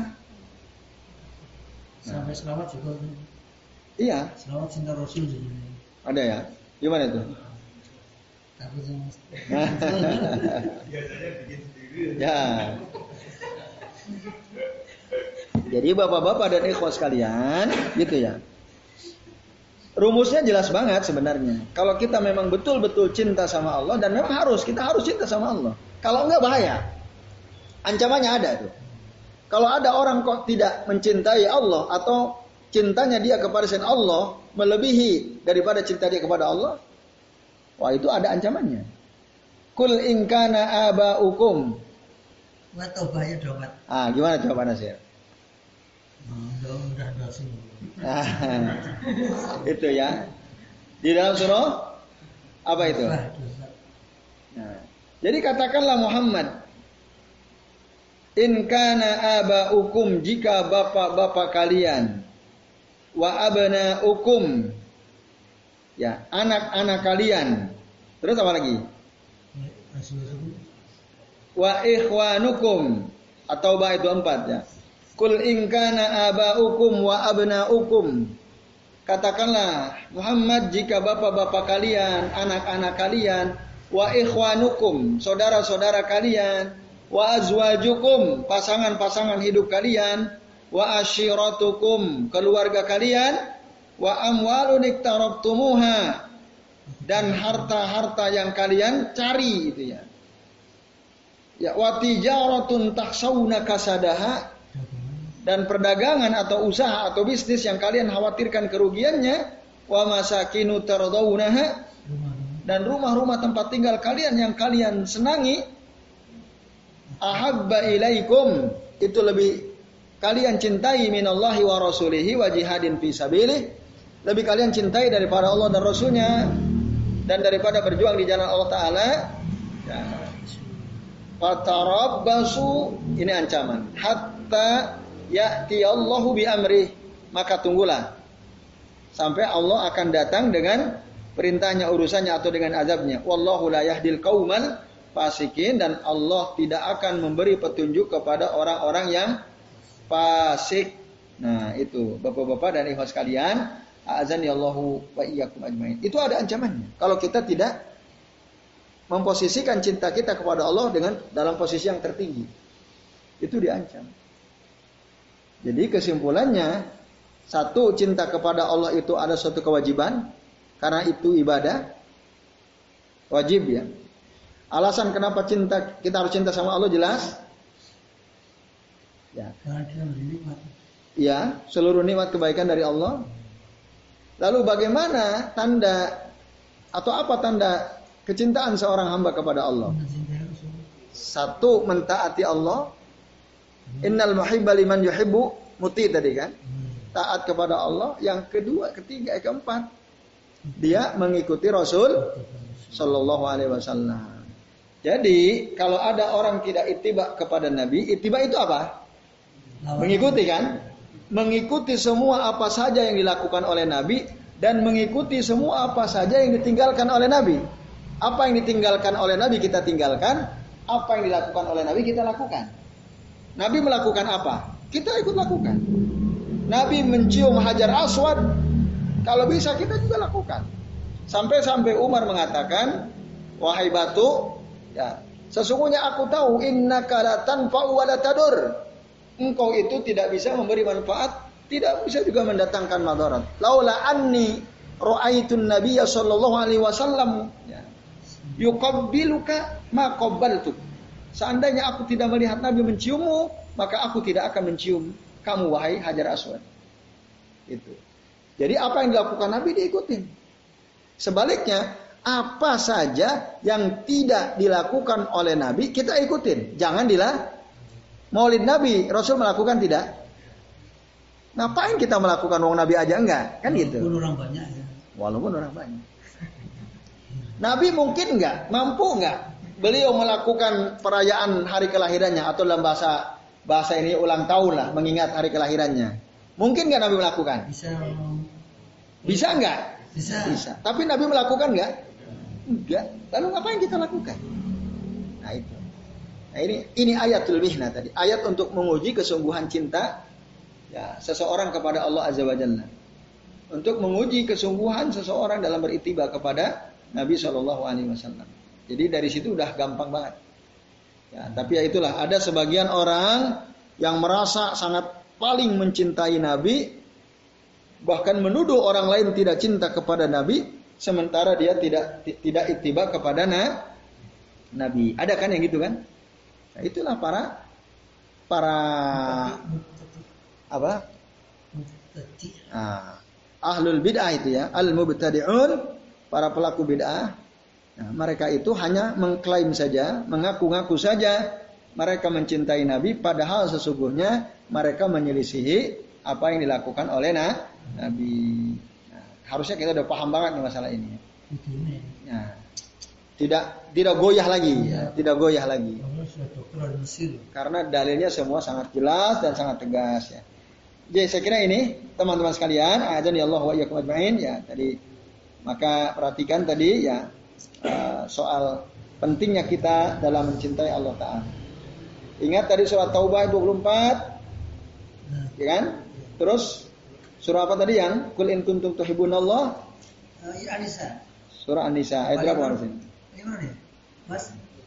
Sampai selawat juga. Iya. Selawat cinta Rasul juga. Ada ya? Gimana itu? Takut sama. Biasanya bikin sendiri. Ya. Jadi bapak-bapak dan ikhwas sekalian, gitu ya. Rumusnya jelas banget sebenarnya. Kalau kita memang betul-betul cinta sama Allah, dan memang harus, kita harus cinta sama Allah. Kalau enggak bahaya. Ancamannya ada tuh. Kalau ada orang kok tidak mencintai Allah atau cintanya dia kepada selain Allah melebihi daripada cinta dia kepada Allah, wah itu ada ancamannya. Kul in kana aba'ukum. Wah tobahnya domat. Ah, gimana jawabannya sih? Udah udah dosa. Itu ya. Di dalam surah apa itu? Nah, jadi katakanlah Muhammad, in kana aba'ukum, jika bapak-bapak kalian, wa abna'ukum, ya, anak-anak kalian. Terus apa lagi? Wa ikhwanukum, atau ba itu empat ya. Kul in kana aba'ukum wa abna'ukum. Katakanlah Muhammad, jika bapak-bapak kalian, anak-anak kalian, wa ikhwanukum, saudara-saudara kalian, wa azwajukum, pasangan-pasangan hidup kalian, wa ashiratukum, keluarga kalian, wa amwalun iktarabtumuha, dan harta-harta yang kalian cari itu ya. Ya, wa tijaratun takhshawna kasadaha, dan perdagangan atau usaha atau bisnis yang kalian khawatirkan kerugiannya, wa masakinu tardawunaha, dan rumah-rumah tempat tinggal kalian yang kalian senangi, ahabba ilaikum, itu lebih kalian cintai minallahi wa rasulihi wa jihadin fi sabilih, lebih kalian cintai daripada Allah dan Rasulnya dan daripada berjuang di jalan Allah Ta'ala. Ya. Fatarabbasu, ini ancaman, hatta ya'ti Allahu bi amrih, maka tunggulah sampai Allah akan datang dengan perintahnya, urusannya atau dengan azabnya. Wallahu la yahdil qaumal fasikin, dan Allah tidak akan memberi petunjuk kepada orang-orang yang fasik. Nah, itu bapak-bapak dan ikhwas sekalian, azani Allahu wa iyyakum ajmain. Itu ada ancamannya. Kalau kita tidak memposisikan cinta kita kepada Allah dengan dalam posisi yang tertinggi, itu diancam. Jadi kesimpulannya, satu, cinta kepada Allah itu ada suatu kewajiban, karena itu ibadah wajib ya. Alasan kenapa cinta, kita harus cinta sama Allah jelas. Ya. Ya, seluruh nikmat kebaikan dari Allah. Lalu bagaimana tanda atau apa tanda kecintaan seorang hamba kepada Allah? Satu, mentaati Allah. Innal muhibba liman yuhibbu muti tadi kan. Taat kepada Allah. Yang kedua, ketiga, yang keempat, dia mengikuti Rasul sallallahu alaihi wasallam. Jadi, kalau ada orang tidak ittiba kepada Nabi, ittiba itu apa? Mengikuti kan? Mengikuti semua apa saja yang dilakukan oleh Nabi dan mengikuti semua apa saja yang ditinggalkan oleh Nabi. Apa yang ditinggalkan oleh Nabi kita tinggalkan, apa yang dilakukan oleh Nabi kita lakukan. Nabi melakukan apa? Kita ikut lakukan. Nabi mencium Hajar Aswad, kalau bisa kita juga lakukan. Sampai-sampai Umar mengatakan, wahai batu, ya, sesungguhnya aku tahu innaka la tanfa'u wa la tadur. Engkau itu tidak bisa memberi manfaat, tidak bisa juga mendatangkan madarat. Laula anni ra'aitun nabiyya sallallahu alaihi wasallam yuqabbiluka ma qabbaltuk. Seandainya aku tidak melihat Nabi menciummu, maka aku tidak akan mencium kamu wahai Hajar Aswad. Itu. Jadi apa yang dilakukan Nabi diikutin. Sebaliknya, Apa saja yang tidak dilakukan oleh Nabi kita ikutin. Jangan dilah. Maulid Nabi Rasul melakukan tidak? Ngapain kita melakukan wong Nabi aja enggak? Kan gitu. Walaupun orang banyak ya. Walaupun orang banyak. Nabi mungkin enggak, mampu enggak beliau melakukan perayaan hari kelahirannya atau dalam bahasa bahasa ini ulang tahun lah mengingat hari kelahirannya. Mungkin enggak Nabi melakukan? Bisa. Bisa enggak? Bisa. Bisa. Tapi Nabi melakukan enggak? Enggak. Lalu ngapain kita lakukan? Nah itu. Nah ini ini ayatul mihna tadi. Ayat untuk menguji kesungguhan cinta ya seseorang kepada Allah Azza wa Jalla. Untuk menguji kesungguhan seseorang dalam beritiba kepada Nabi Shallallahu Alaihi Wasallam. Jadi dari situ udah gampang banget. Ya, tapi ya itulah ada sebagian orang yang merasa sangat paling mencintai Nabi, bahkan menuduh orang lain tidak cinta kepada Nabi. Sementara dia tidak tidak ittiba kepada na, Nabi. Ada kan yang gitu kan? Nah, itulah para para apa? Ah, ahlul bid'ah itu ya, al-mubtadi'un, para pelaku bid'ah. Nah, mereka itu hanya mengklaim saja, mengaku-ngaku saja mereka mencintai Nabi, padahal sesungguhnya mereka menyelisihi apa yang dilakukan oleh na, Nabi. Harusnya kita udah paham banget nih masalah ini. Ya. Tidak tidak goyah lagi, ya. tidak goyah lagi. Karena dalilnya semua sangat jelas dan sangat tegas ya. Jadi saya kira ini teman-teman sekalian, azan ya Allah wa iyyakum ajmain ya. Tadi maka perhatikan tadi ya uh, soal pentingnya kita dalam mencintai Allah Taala. Ingat tadi surat Taubah dua puluh empat, ya kan? Terus surah apa tadi yang Qul in kuntum tuhibbunallah? Uh, ya, An-Nisa. Surah An-Nisa ayat berapa Mas? Mas?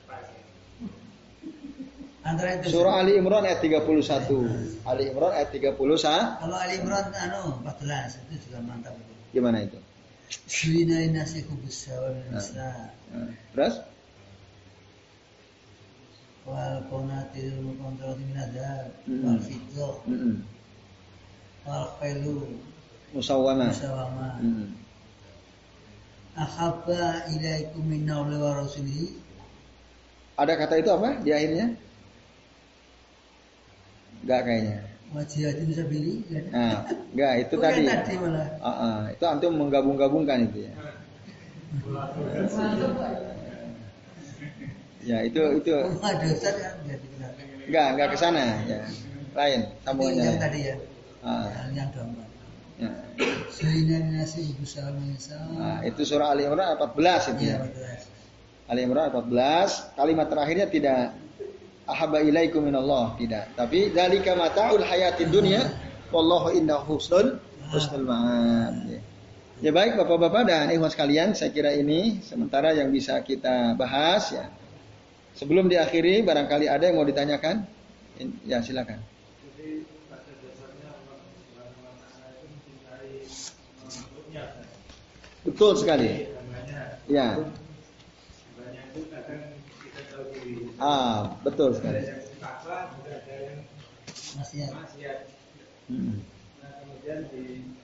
Antara itu. Surah Ali Imran ayat tiga puluh satu. Ali Imran ayat tiga puluh satu. Kalau Ali Imran anu empat belas itu juga mantap itu. Gimana itu? Syuina nasiku bisawal nisa. Terus? Wal qanatil muqantarati min adzab wal fiddah. Heeh. Wal khailu Musawwama. musawwama. Heeh. Ahabba ilaikum minna wa rasulihi. Ada kata itu apa di akhirnya? Enggak kayaknya. Wajihadin sabili. Nah, enggak itu Bukan tadi. tadi malah. Uh-uh, itu antum menggabung-gabungkan itu ya. Ya itu itu. Ada Ustaz ya jadi benar. Enggak, enggak ke sana ya. Lain sambungannya. Yang lain. tadi ya. Ah. Yang keempat. Ya. Syuina nasiku bisawal nisa. Nah, itu surah Ali Imran empat belas itu ya. Iya, betul. Ali Imran empat belas, kalimat terakhirnya tidak ahabba ilaikum minallah, tidak. Tapi dzalika mata'ul hayatid dunya wallahu innahu husnul husnul ma'ab. Ya. Ya baik Bapak-bapak dan ikhwan sekalian, saya kira ini sementara yang bisa kita bahas ya. Sebelum diakhiri barangkali ada yang mau ditanyakan? Ya silakan. Jadi pada dasarnya Allah Subhanahu wa taala itu mencintai makhluknya. Betul sekali. Ya. Banyak itu kadang kita tahu diri. Ah, betul sekali. Ada yang takwa, juga ada yang Maksiat. maksiat. Hmm. Nah kemudian di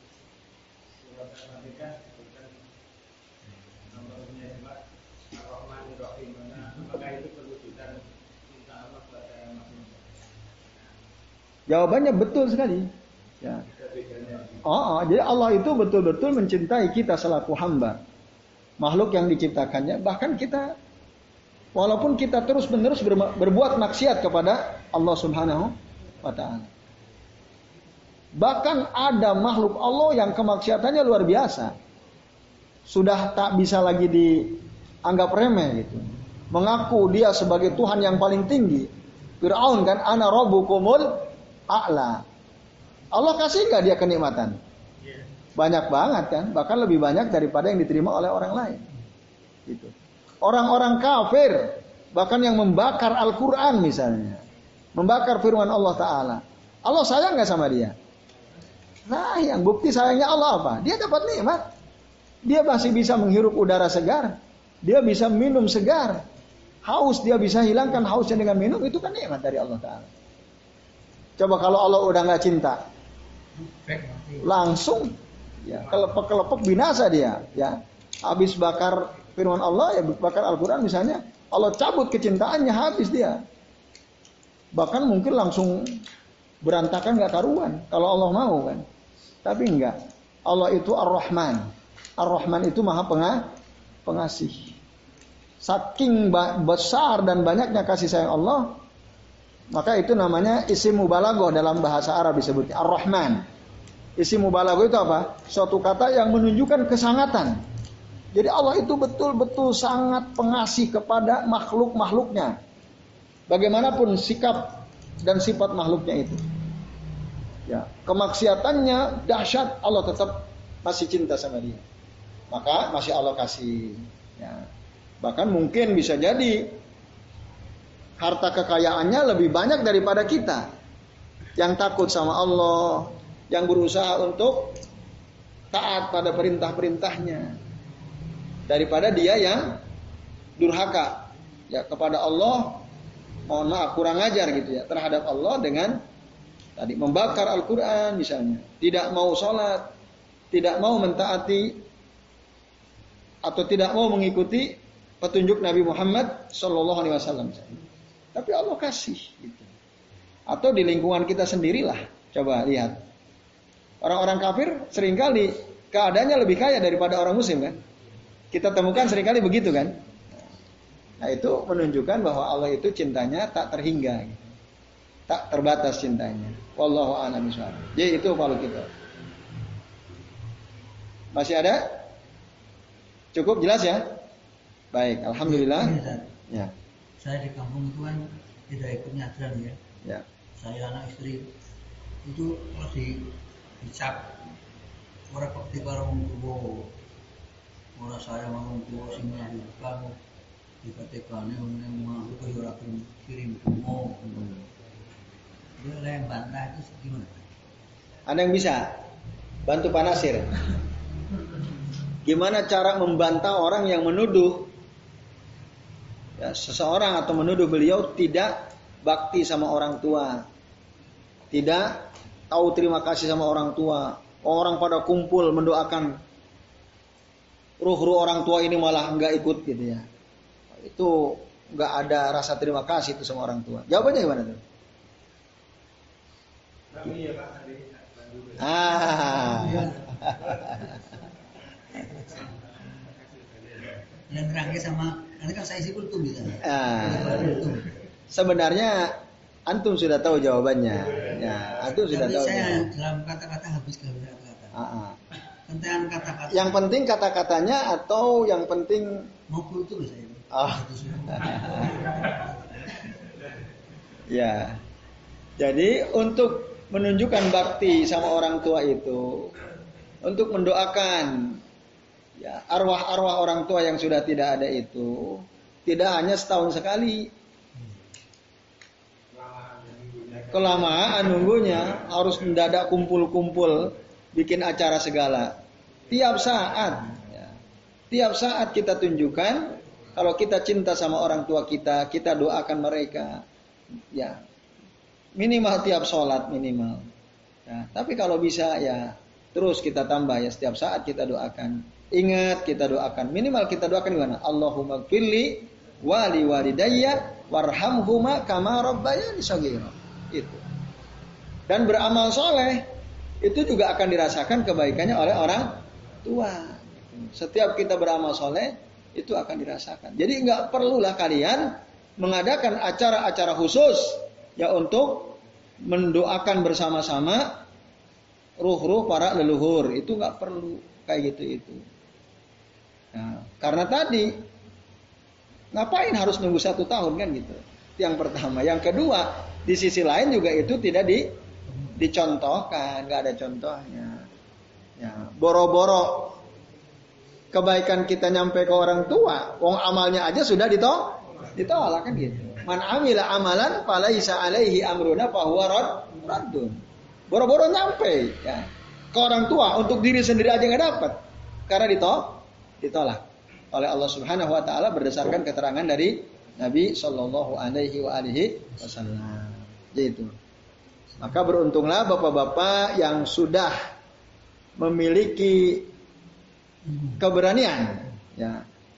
surat Al-Fatihah disebutkan nomornya cuma Ar-Rahmanir Rahim. Nah, apakah itu perlu kita minta Allah kepada masing-masing? Jawabannya betul sekali. Ya. Oh, oh, jadi Allah itu betul-betul mencintai kita selaku hamba. Makhluk yang diciptakannya, bahkan kita walaupun kita terus-menerus berbuat maksiat kepada Allah Subhanahu wa taala. Bahkan ada makhluk Allah yang kemaksiatannya luar biasa. Sudah tak bisa lagi dianggap remeh gitu. Mengaku dia sebagai Tuhan yang paling tinggi. Fir'aun kan ana rabbukumul a'la. Allah kasih enggak dia kenikmatan? Banyak banget kan, bahkan lebih banyak daripada yang diterima oleh orang lain. Gitu. Orang-orang kafir bahkan yang membakar Al-Qur'an misalnya, membakar firman Allah taala. Allah sayang enggak sama dia? Sayang. Bukti sayangnya Allah apa? Dia dapat nikmat. Dia masih bisa menghirup udara segar. Dia bisa minum segar. Haus dia bisa hilangkan hausnya dengan minum, itu kan nikmat dari Allah taala. Coba kalau Allah udah enggak cinta, langsung ya kelepek-kelepek binasa dia ya. Habis bakar firman Allah ya, bahkan Al-Quran misalnya Allah cabut kecintaannya, habis dia. Bahkan mungkin langsung berantakan gak karuan kalau Allah mau kan. Tapi enggak. Allah itu Ar-Rahman. Ar-Rahman itu maha pengasih. Saking besar dan banyaknya kasih sayang Allah, maka itu namanya isim mubalaghah dalam bahasa Arab disebutnya Ar-Rahman. Isim mubalaghah itu apa? Suatu kata yang menunjukkan kesangatan. Jadi Allah itu betul-betul sangat pengasih kepada makhluk-makhluknya. Bagaimanapun sikap dan sifat makhluknya itu. Ya, kemaksiatannya dahsyat, Allah tetap masih cinta sama dia. Maka masih Allah kasih. Ya. Bahkan mungkin bisa jadi harta kekayaannya lebih banyak daripada kita. Yang takut sama Allah, yang berusaha untuk taat pada perintah-perintahnya. Daripada dia yang durhaka ya kepada Allah, mohon maaf kurang ajar gitu ya terhadap Allah dengan tadi membakar Al-Quran misalnya, tidak mau sholat, tidak mau mentaati atau tidak mau mengikuti petunjuk Nabi Muhammad Shallallahu Alaihi Wasallam. Tapi Allah kasih gitu. Atau di lingkungan kita sendirilah, coba lihat orang-orang kafir seringkali keadaannya lebih kaya daripada orang Muslim kan? Kita temukan seringkali begitu kan? Nah itu menunjukkan bahwa Allah itu cintanya tak terhingga, gitu. Tak terbatas cintanya. Wallahu a'lam bishawab. Jadi itu kalau kita. Masih ada? Cukup jelas ya? Baik, alhamdulillah. Ya. Saya di kampung itu kan tidak ikut nyadran ya. Ya. Saya anak istri itu kalau di dicap orang bakti karo wong tuwa. Ora saya mau tuwa sing melahirkan dikatekane meneng mau kaya ora kirim donga. Dia yang bantah itu gimana? Ada yang bisa bantu Pak Nasir? Gimana cara membantah orang yang menuduh ya, seseorang atau menuduh beliau tidak bakti sama orang tua, tidak tahu terima kasih sama orang tua, orang pada kumpul mendoakan ruh-ruh orang tua ini malah enggak ikut gitu ya. Itu enggak ada rasa terima kasih itu sama orang tua. Jawabannya gimana tuh? Kami ya Pak, hari Ah. Yang terakhir sama, nanti kan saya isi kultum bisa. Ah. Sebenarnya antum sudah tahu jawabannya. Ya, antum sudah tahu. Saya dalam kata-kata habis ke kata-kata. Ah. Tentang kata-kata. Yang penting kata-katanya atau yang penting mau kultum saya. Oh. Ya. Jadi untuk menunjukkan bakti sama orang tua itu, untuk mendoakan ya arwah-arwah orang tua yang sudah tidak ada itu, tidak hanya setahun sekali. Kelamaan nunggunya, harus mendadak kumpul-kumpul, bikin acara segala. Tiap saat, ya. Tiap saat kita tunjukkan kalau kita cinta sama orang tua kita, kita doakan mereka. Ya, minimal tiap sholat minimal. Ya, tapi kalau bisa ya terus kita tambah ya setiap saat kita doakan. Ingat kita doakan, minimal kita doakan gimana? Allahumma gfirli wali walidayya warhamhuma kama rabbayani shaghira. Itu. Dan beramal soleh itu juga akan dirasakan kebaikannya oleh orang tua. Setiap kita beramal soleh itu akan dirasakan. Jadi nggak perlulah kalian mengadakan acara-acara khusus ya untuk mendoakan bersama-sama ruh-ruh para leluhur. Itu nggak perlu kayak gitu itu. Nah, karena tadi ngapain harus nunggu satu tahun kan gitu. Yang pertama, yang kedua di sisi lain juga itu tidak di dicontohkan, nggak ada contohnya. Ya, boro-boro kebaikan kita nyampe ke orang tua, wong amalnya aja sudah ditolak, ditolak kan gitu. Man amila amalan falaisa alaihi amruna fahuwa raddun. Boro-boro nyampe ya ke orang tua, untuk diri sendiri aja nggak dapat karena ditolak, ditolak oleh Allah Subhanahu Wa Taala berdasarkan keterangan dari Nabi Shallallahu Alaihi Wasallam. Gitu. Maka beruntunglah bapak-bapak yang sudah memiliki keberanian, ya,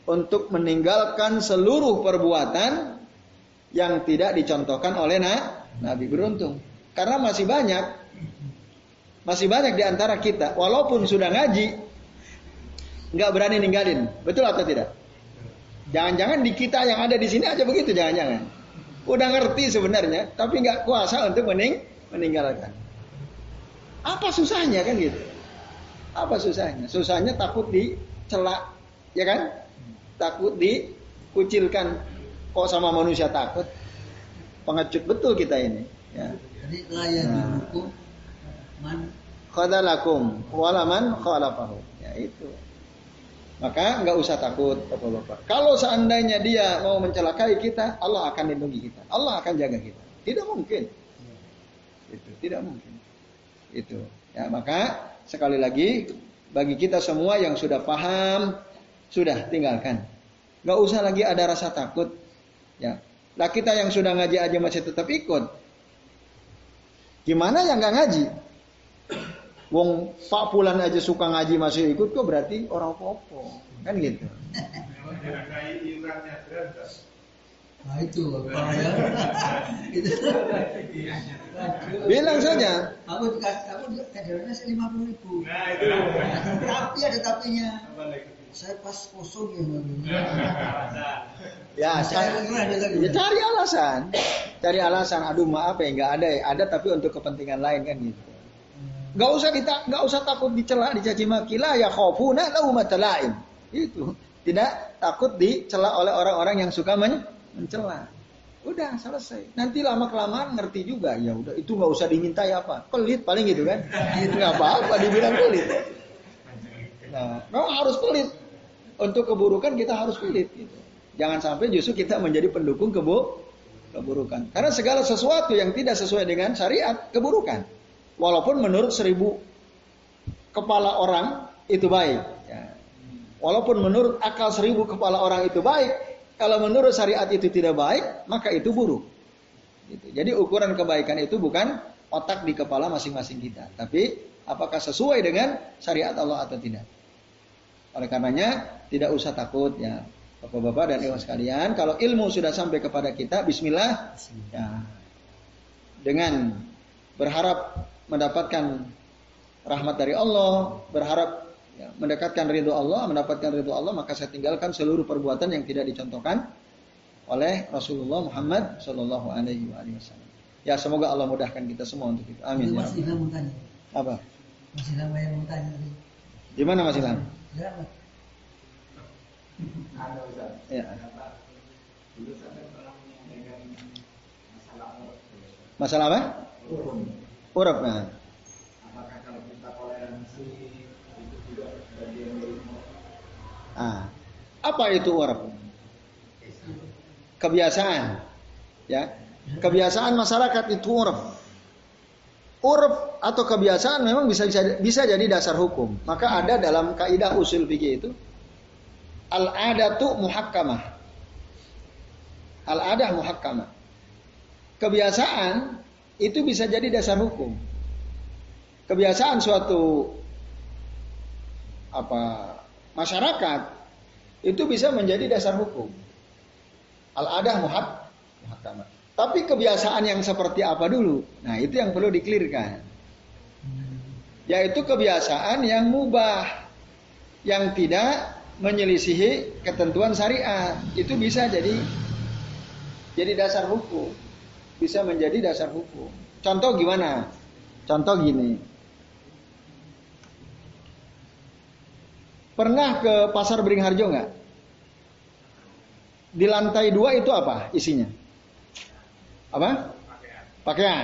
untuk meninggalkan seluruh perbuatan yang tidak dicontohkan oleh Nabi. Beruntung. Karena masih banyak, masih banyak di antara kita, walaupun sudah ngaji, nggak berani ninggalin. Betul atau tidak? Jangan-jangan di kita yang ada di sini aja begitu, jangan-jangan. Udah ngerti sebenarnya, tapi nggak kuasa untuk mening meninggalkan. Apa susahnya kan gitu? Apa susahnya? Susahnya takut dicela, ya kan? Takut dikucilkan. Kok sama manusia takut? Pengecut betul kita ini. Ya. Jadi layan dihukum man khadalakum walaman khalafahu. Ya itu. Maka nggak usah takut Bapak-bapak. Kalau seandainya dia mau mencelakai kita, Allah akan lindungi kita. Allah akan jaga kita. Tidak mungkin. Itu tidak mungkin. Itu. Ya, maka sekali lagi bagi kita semua yang sudah paham, sudah tinggalkan. Nggak usah lagi ada rasa takut. Ya. Lah kita yang sudah ngaji aja masih tetap ikut. Gimana yang nggak ngaji? Wong Pak Pulan aja suka ngaji masih ikut, kok berarti orang popo, kan gitu. Nah itu bahaya. Itu. Bilang saja. Aku aku kadernya lima puluh ribu. Nah itu. Tapi ada tapinya. Saya pas kosong ya. Ya, saya, ya cari alasan, cari alasan. Aduh maaf ya nggak ada, ya. Ada tapi untuk kepentingan lain kan gitu. Nggak usah kita, nggak usah takut dicela, dicaci maki lah ya khofuna laumatal laim. Itu tidak takut dicela oleh orang-orang yang suka men mencela. Udah selesai. Nanti lama kelamaan ngerti juga. Ya udah itu nggak usah dimintai apa. Pelit paling gitu kan. Itu nggak apa-apa dibilang pelit. Nah, memang harus pelit. Untuk keburukan kita harus pelit. Gitu. Jangan sampai justru kita menjadi pendukung kebu keburukan. Karena segala sesuatu yang tidak sesuai dengan syariat keburukan. Walaupun menurut seribu kepala orang itu baik. Ya. Walaupun menurut akal seribu kepala orang itu baik, kalau menurut syariat itu tidak baik, maka itu buruk. Gitu. Jadi ukuran kebaikan itu bukan otak di kepala masing-masing kita, tapi apakah sesuai dengan syariat Allah atau tidak. Oleh karenanya tidak usah takut ya, Bapak-bapak dan ibu sekalian, kalau ilmu sudah sampai kepada kita, Bismillah, ya, dengan berharap mendapatkan rahmat dari Allah, berharap ya, mendekatkan ridho Allah, mendapatkan ridho Allah, maka saya tinggalkan seluruh perbuatan yang tidak dicontohkan oleh Rasulullah Muhammad Shallallahu Alaihi Wasallam. Ya semoga Allah mudahkan kita semua untuk itu. Amin. Ya. Mas Ilham mau tanya. Apa? Mas Ilham yang mau tanya. Di mana Mas Ilham? Ya. Ya. Masalah apa? Urap. Nah. Apakah kalau kita toleransi itu juga bagian dari Ah, apa itu urap? Kebiasaan, ya. Kebiasaan masyarakat itu urap. Urap atau kebiasaan memang bisa bisa, bisa jadi dasar hukum. Maka ada dalam kaidah usul fikih itu al-adatu muhakkamah. Al-adah muhakkamah. Kebiasaan itu bisa jadi dasar hukum. Kebiasaan suatu apa masyarakat itu bisa menjadi dasar hukum. Al-adah muhak, muhakkamah. Tapi kebiasaan yang seperti apa dulu? Nah, itu yang perlu diklirkan. Yaitu kebiasaan yang mubah, yang tidak menyelisihi ketentuan syariat. Itu bisa jadi jadi dasar hukum. Bisa menjadi dasar hukum. Contoh gimana? Contoh gini. Pernah ke pasar Beringharjo nggak? Di lantai dua itu apa isinya? Apa? Pakaian. Pakaian.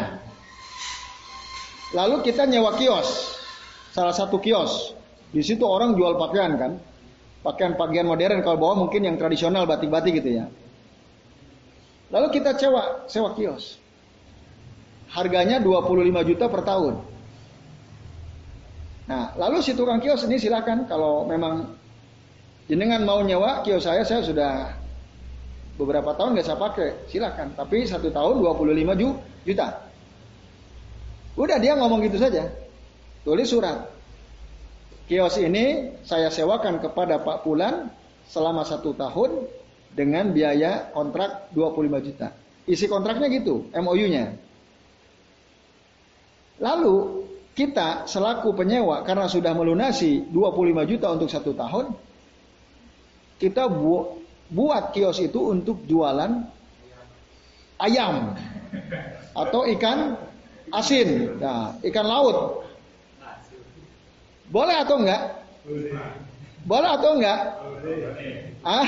Lalu kita nyewa kios. Salah satu kios. Di situ orang jual pakaian kan. Pakaian-pakaian modern, kalau bawah mungkin yang tradisional batik-batik gitu ya. Lalu kita sewa, sewa kios. Harganya dua puluh lima juta per tahun. Nah, lalu si tukang kios ini silakan kalau memang jenengan mau nyewa kios saya, saya sudah beberapa tahun nggak saya pakai, silakan. Tapi satu tahun dua puluh lima juta. Udah dia ngomong gitu saja. Tulis surat. Kios ini saya sewakan kepada Pak Fulan selama satu tahun dengan biaya kontrak dua puluh lima juta. Isi kontraknya gitu, M O U-nya. Lalu kita selaku penyewa karena sudah melunasi dua puluh lima juta untuk satu tahun, kita bu- buat kios itu untuk jualan ayam atau ikan asin, nah, ikan laut. Boleh atau enggak? Boleh atau enggak? Ah?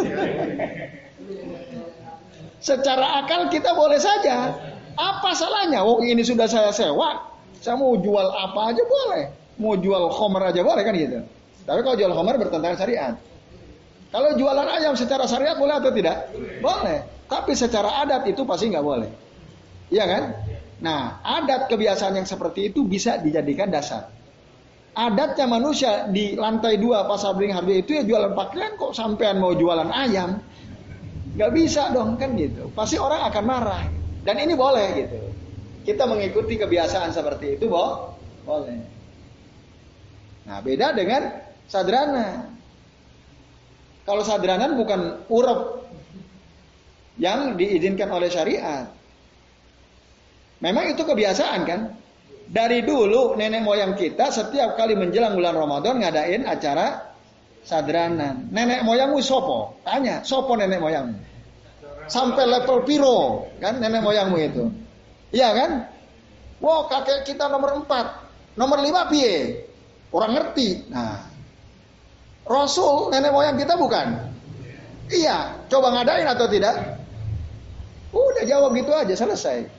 Secara akal kita boleh saja. Apa salahnya? Oh, ini sudah saya sewa. Saya mau jual apa aja boleh. Mau jual khomer aja boleh kan gitu. Tapi kalau jual khomer bertentangan syariat. Kalau jualan ayam secara syariat boleh atau tidak? Boleh. Tapi secara adat itu pasti nggak boleh. Iya kan? Nah, adat kebiasaan yang seperti itu bisa dijadikan dasar. Adatnya manusia di lantai dua pasar Beringharjo itu ya jualan pakaian, kok sampean mau jualan ayam? Gak bisa dong kan gitu. Pasti orang akan marah. Dan ini boleh gitu. Kita mengikuti kebiasaan seperti itu boh, boleh. Nah, beda dengan sadranan. Kalau sadranan bukan uruf yang diizinkan oleh syariat. Memang itu kebiasaan kan? Dari dulu nenek moyang kita setiap kali menjelang bulan Ramadan ngadain acara sadranan. Nenek moyangmu sopo? Tanya, sopo nenek moyangmu? Sampai level piro kan nenek moyangmu itu? Iya kan? Wow, kakek kita nomor empat, nomor lima piye? Orang ngerti. Nah, Rasul nenek moyang kita bukan? Iya, coba ngadain atau tidak? Udah jawab gitu aja, selesai.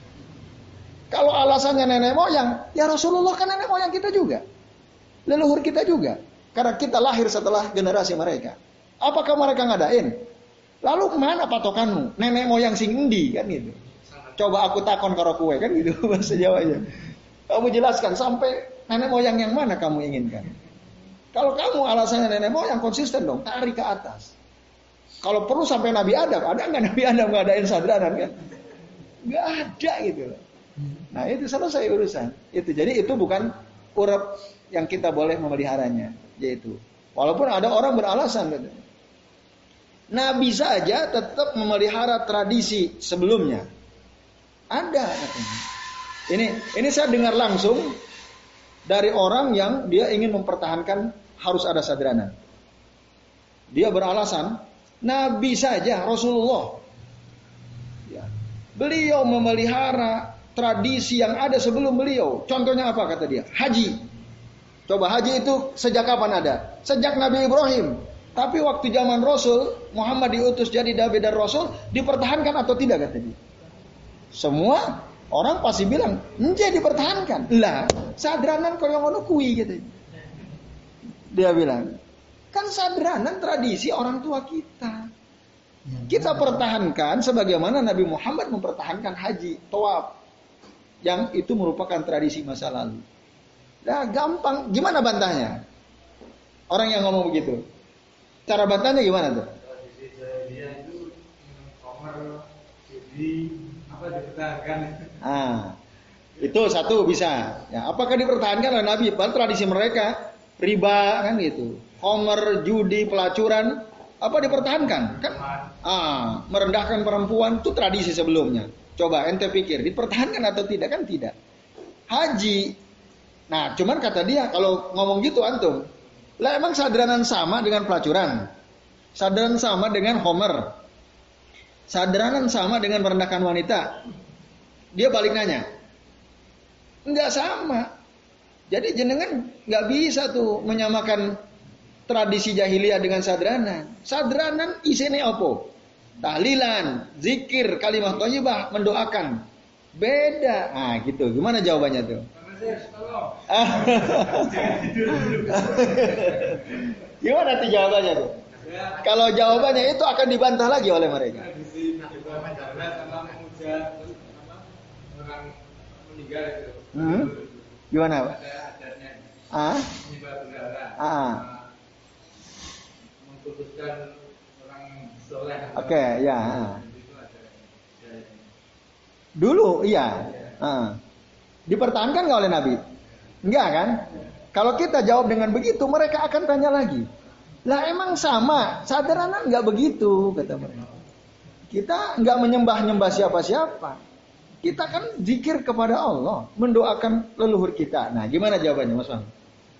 Kalau alasannya nenek moyang, ya Rasulullah kan nenek moyang kita juga. Leluhur kita juga. Karena kita lahir setelah generasi mereka. Apakah mereka ngadain? Lalu mana patokanmu? Nenek moyang sing endi kan gitu. Coba aku takon karo kue kan gitu bahasa Jawanya. Kamu jelaskan sampai nenek moyang yang mana kamu inginkan. Kalau kamu alasannya nenek moyang konsisten dong, tarik ke atas. Kalau perlu sampai Nabi Adam, ada nggak Nabi Adam ngadain sadranan kan? Nggak ada gitu loh. Nah itu selesai urusan. Itu jadi itu bukan urap yang kita boleh memeliharanya, yaitu. Walaupun ada orang beralasan gitu. Nabi saja tetap memelihara tradisi sebelumnya. Ada katanya. Ini ini saya dengar langsung dari orang yang dia ingin mempertahankan harus ada sadranan. Dia beralasan Nabi saja Rasulullah. Ya. Beliau memelihara tradisi yang ada sebelum beliau. Contohnya apa kata dia? Haji. Coba haji itu sejak kapan ada? Sejak Nabi Ibrahim. Tapi waktu zaman Rasul, Muhammad diutus jadi Nabi dan Rasul, dipertahankan atau tidak kata dia? Semua orang pasti bilang, "Nje dipertahankan." Lah, sadranan koyo ngono kuwi gitu. Dia bilang, "Kan sadranan tradisi orang tua kita. Kita pertahankan sebagaimana Nabi Muhammad mempertahankan haji, tawaf. Yang itu merupakan tradisi masa lalu." Nah, gampang. Gimana bantahnya? Orang yang ngomong begitu. Cara bantahnya gimana tuh? Tradisi jahiliyah itu komer, judi, apa dipertahankan? Ah, itu satu bisa. Ya, apakah dipertahankan oleh Nabi? Padahal tradisi mereka riba kan gitu. Komer, judi, pelacuran, apa dipertahankan? Kan? Ah, merendahkan perempuan itu tradisi sebelumnya. Coba ente pikir, dipertahankan atau tidak? Kan tidak. Haji. Nah, cuman kata dia kalau ngomong gitu antum, lah emang sadranan sama dengan pelacuran? Sadranan sama dengan homer? Sadranan sama dengan merendahkan wanita? Dia balik nanya. Enggak sama. Jadi jenengan enggak bisa tuh menyamakan tradisi jahiliyah dengan sadranan. Sadranan isine apa? Tahlilan, zikir, kalimat thayyibah, mendoakan. Beda. Ah, gitu. Gimana jawabannya tuh? Gimana tuh jawabannya tuh? Kalau jawabannya itu akan dibantah lagi oleh mereka. Hmm? Gimana? Ah? Ah. Mengkhususkan orang soleh. Oke, ya. Dulu, iya. Ah. Dipertahankan nggak oleh Nabi? Enggak kan? Kalau kita jawab dengan begitu, mereka akan tanya lagi. Lah emang sama, sadaran nggak begitu kata mereka. Kita nggak menyembah-nyembah siapa-siapa. Kita kan zikir kepada Allah, mendoakan leluhur kita. Nah, gimana jawabannya, Mas Bang?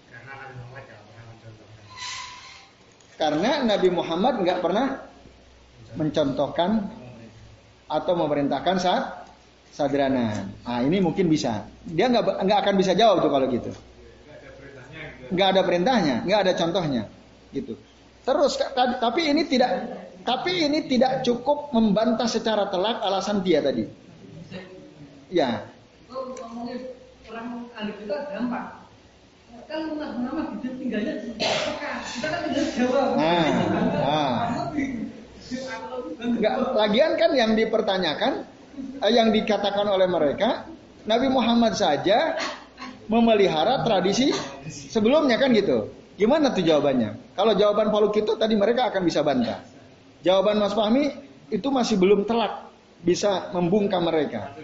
Karena Nabi Muhammad nggak pernah mencontohkan atau memerintahkan saat sadranan. Nah, ini mungkin bisa. Dia nggak nggak akan bisa jawab tuh kalau gitu. Nggak ada perintahnya, nggak ada contohnya, gitu. Terus tapi ini tidak, tapi ini tidak cukup membantah secara telak alasan dia tadi. Ya. Orang ahli kita gampang. Kan nama hidup tinggalnya di Mekah. Kita kan tinggal di Jawa. Nah, nah. Enggak, lagian kan yang dipertanyakan, yang dikatakan oleh mereka, Nabi Muhammad saja memelihara tradisi sebelumnya kan gitu. Gimana tuh jawabannya? Kalau jawaban Pauluk itu tadi mereka akan bisa bantah. Jawaban Mas Fahmi itu masih belum telak bisa membungkam mereka.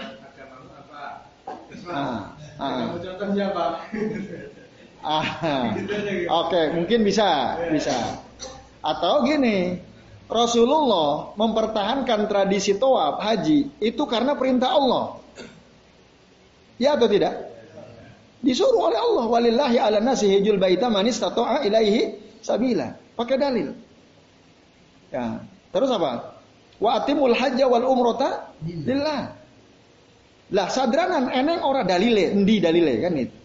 Ah, ah. Contohnya Pak. Ah, oke, okay, mungkin bisa, bisa. Atau gini, Rasulullah mempertahankan tradisi tawaf haji itu karena perintah Allah. Ya atau tidak? Disuruh oleh Allah, walillahi ala nasi hijjul baita man istata'a ilaihi sabila. Pakai dalil. Ya, terus apa? Wa atimul hajja wal umrata lillah. Lah sadranan eneng ora dalile, endi dalile kan itu.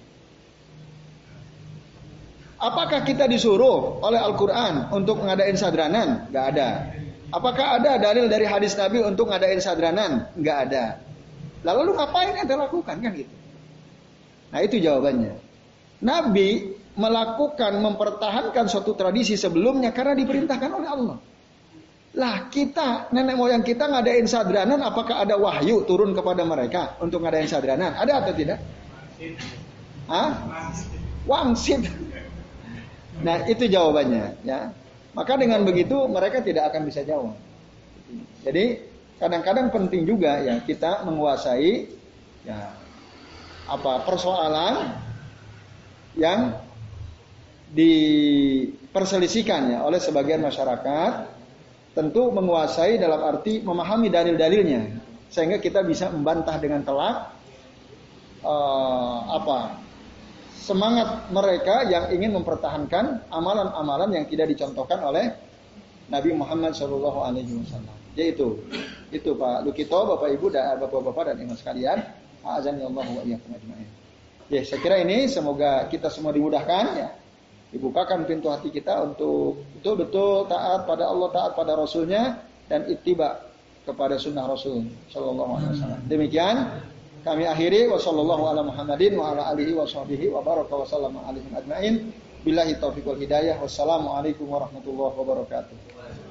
Apakah kita disuruh oleh Al-Qur'an untuk ngadain sadranan? Enggak ada. Apakah ada dalil dari hadis Nabi untuk ngadain sadranan? Enggak ada. Lalu lu ngapain ente lakukan kan gitu. Nah itu jawabannya. Nabi melakukan, mempertahankan suatu tradisi sebelumnya karena diperintahkan oleh Allah. Lah kita, nenek moyang kita ngadain sadranan, apakah ada wahyu turun kepada mereka untuk ngadain sadranan? Ada atau tidak? Hah? Wangsit. Nah itu jawabannya ya. Maka dengan begitu mereka tidak akan bisa jawab. Jadi kadang-kadang penting juga ya kita menguasai ya apa persoalan yang diperselisihkan ya oleh sebagian masyarakat. Tentu menguasai dalam arti memahami dalil-dalilnya sehingga kita bisa membantah dengan telak uh, apa semangat mereka yang ingin mempertahankan amalan-amalan yang tidak dicontohkan oleh Nabi Muhammad shallallahu alaihi wasallam. Yaitu itu Pak Lukito, Bapak Ibu dan Bapak-bapak dan ibu sekalian, azanillahu wa iyyakum ajmain. Ya, saya kira ini semoga kita semua dimudahkan ya. Dibukakan pintu hati kita untuk betul-betul taat pada Allah, taat pada Rasulnya dan ittiba kepada sunnah Rasul Sallallahu Alaihi Wasallam. Demikian kami akhiri wa sallallahu ala Muhammadin wa ala alihi wa sahbihi wa baraka wa sallama alaihim ajmain. Billahi taufiq wal hidayah. Wassalamualaikum warahmatullahi wabarakatuh.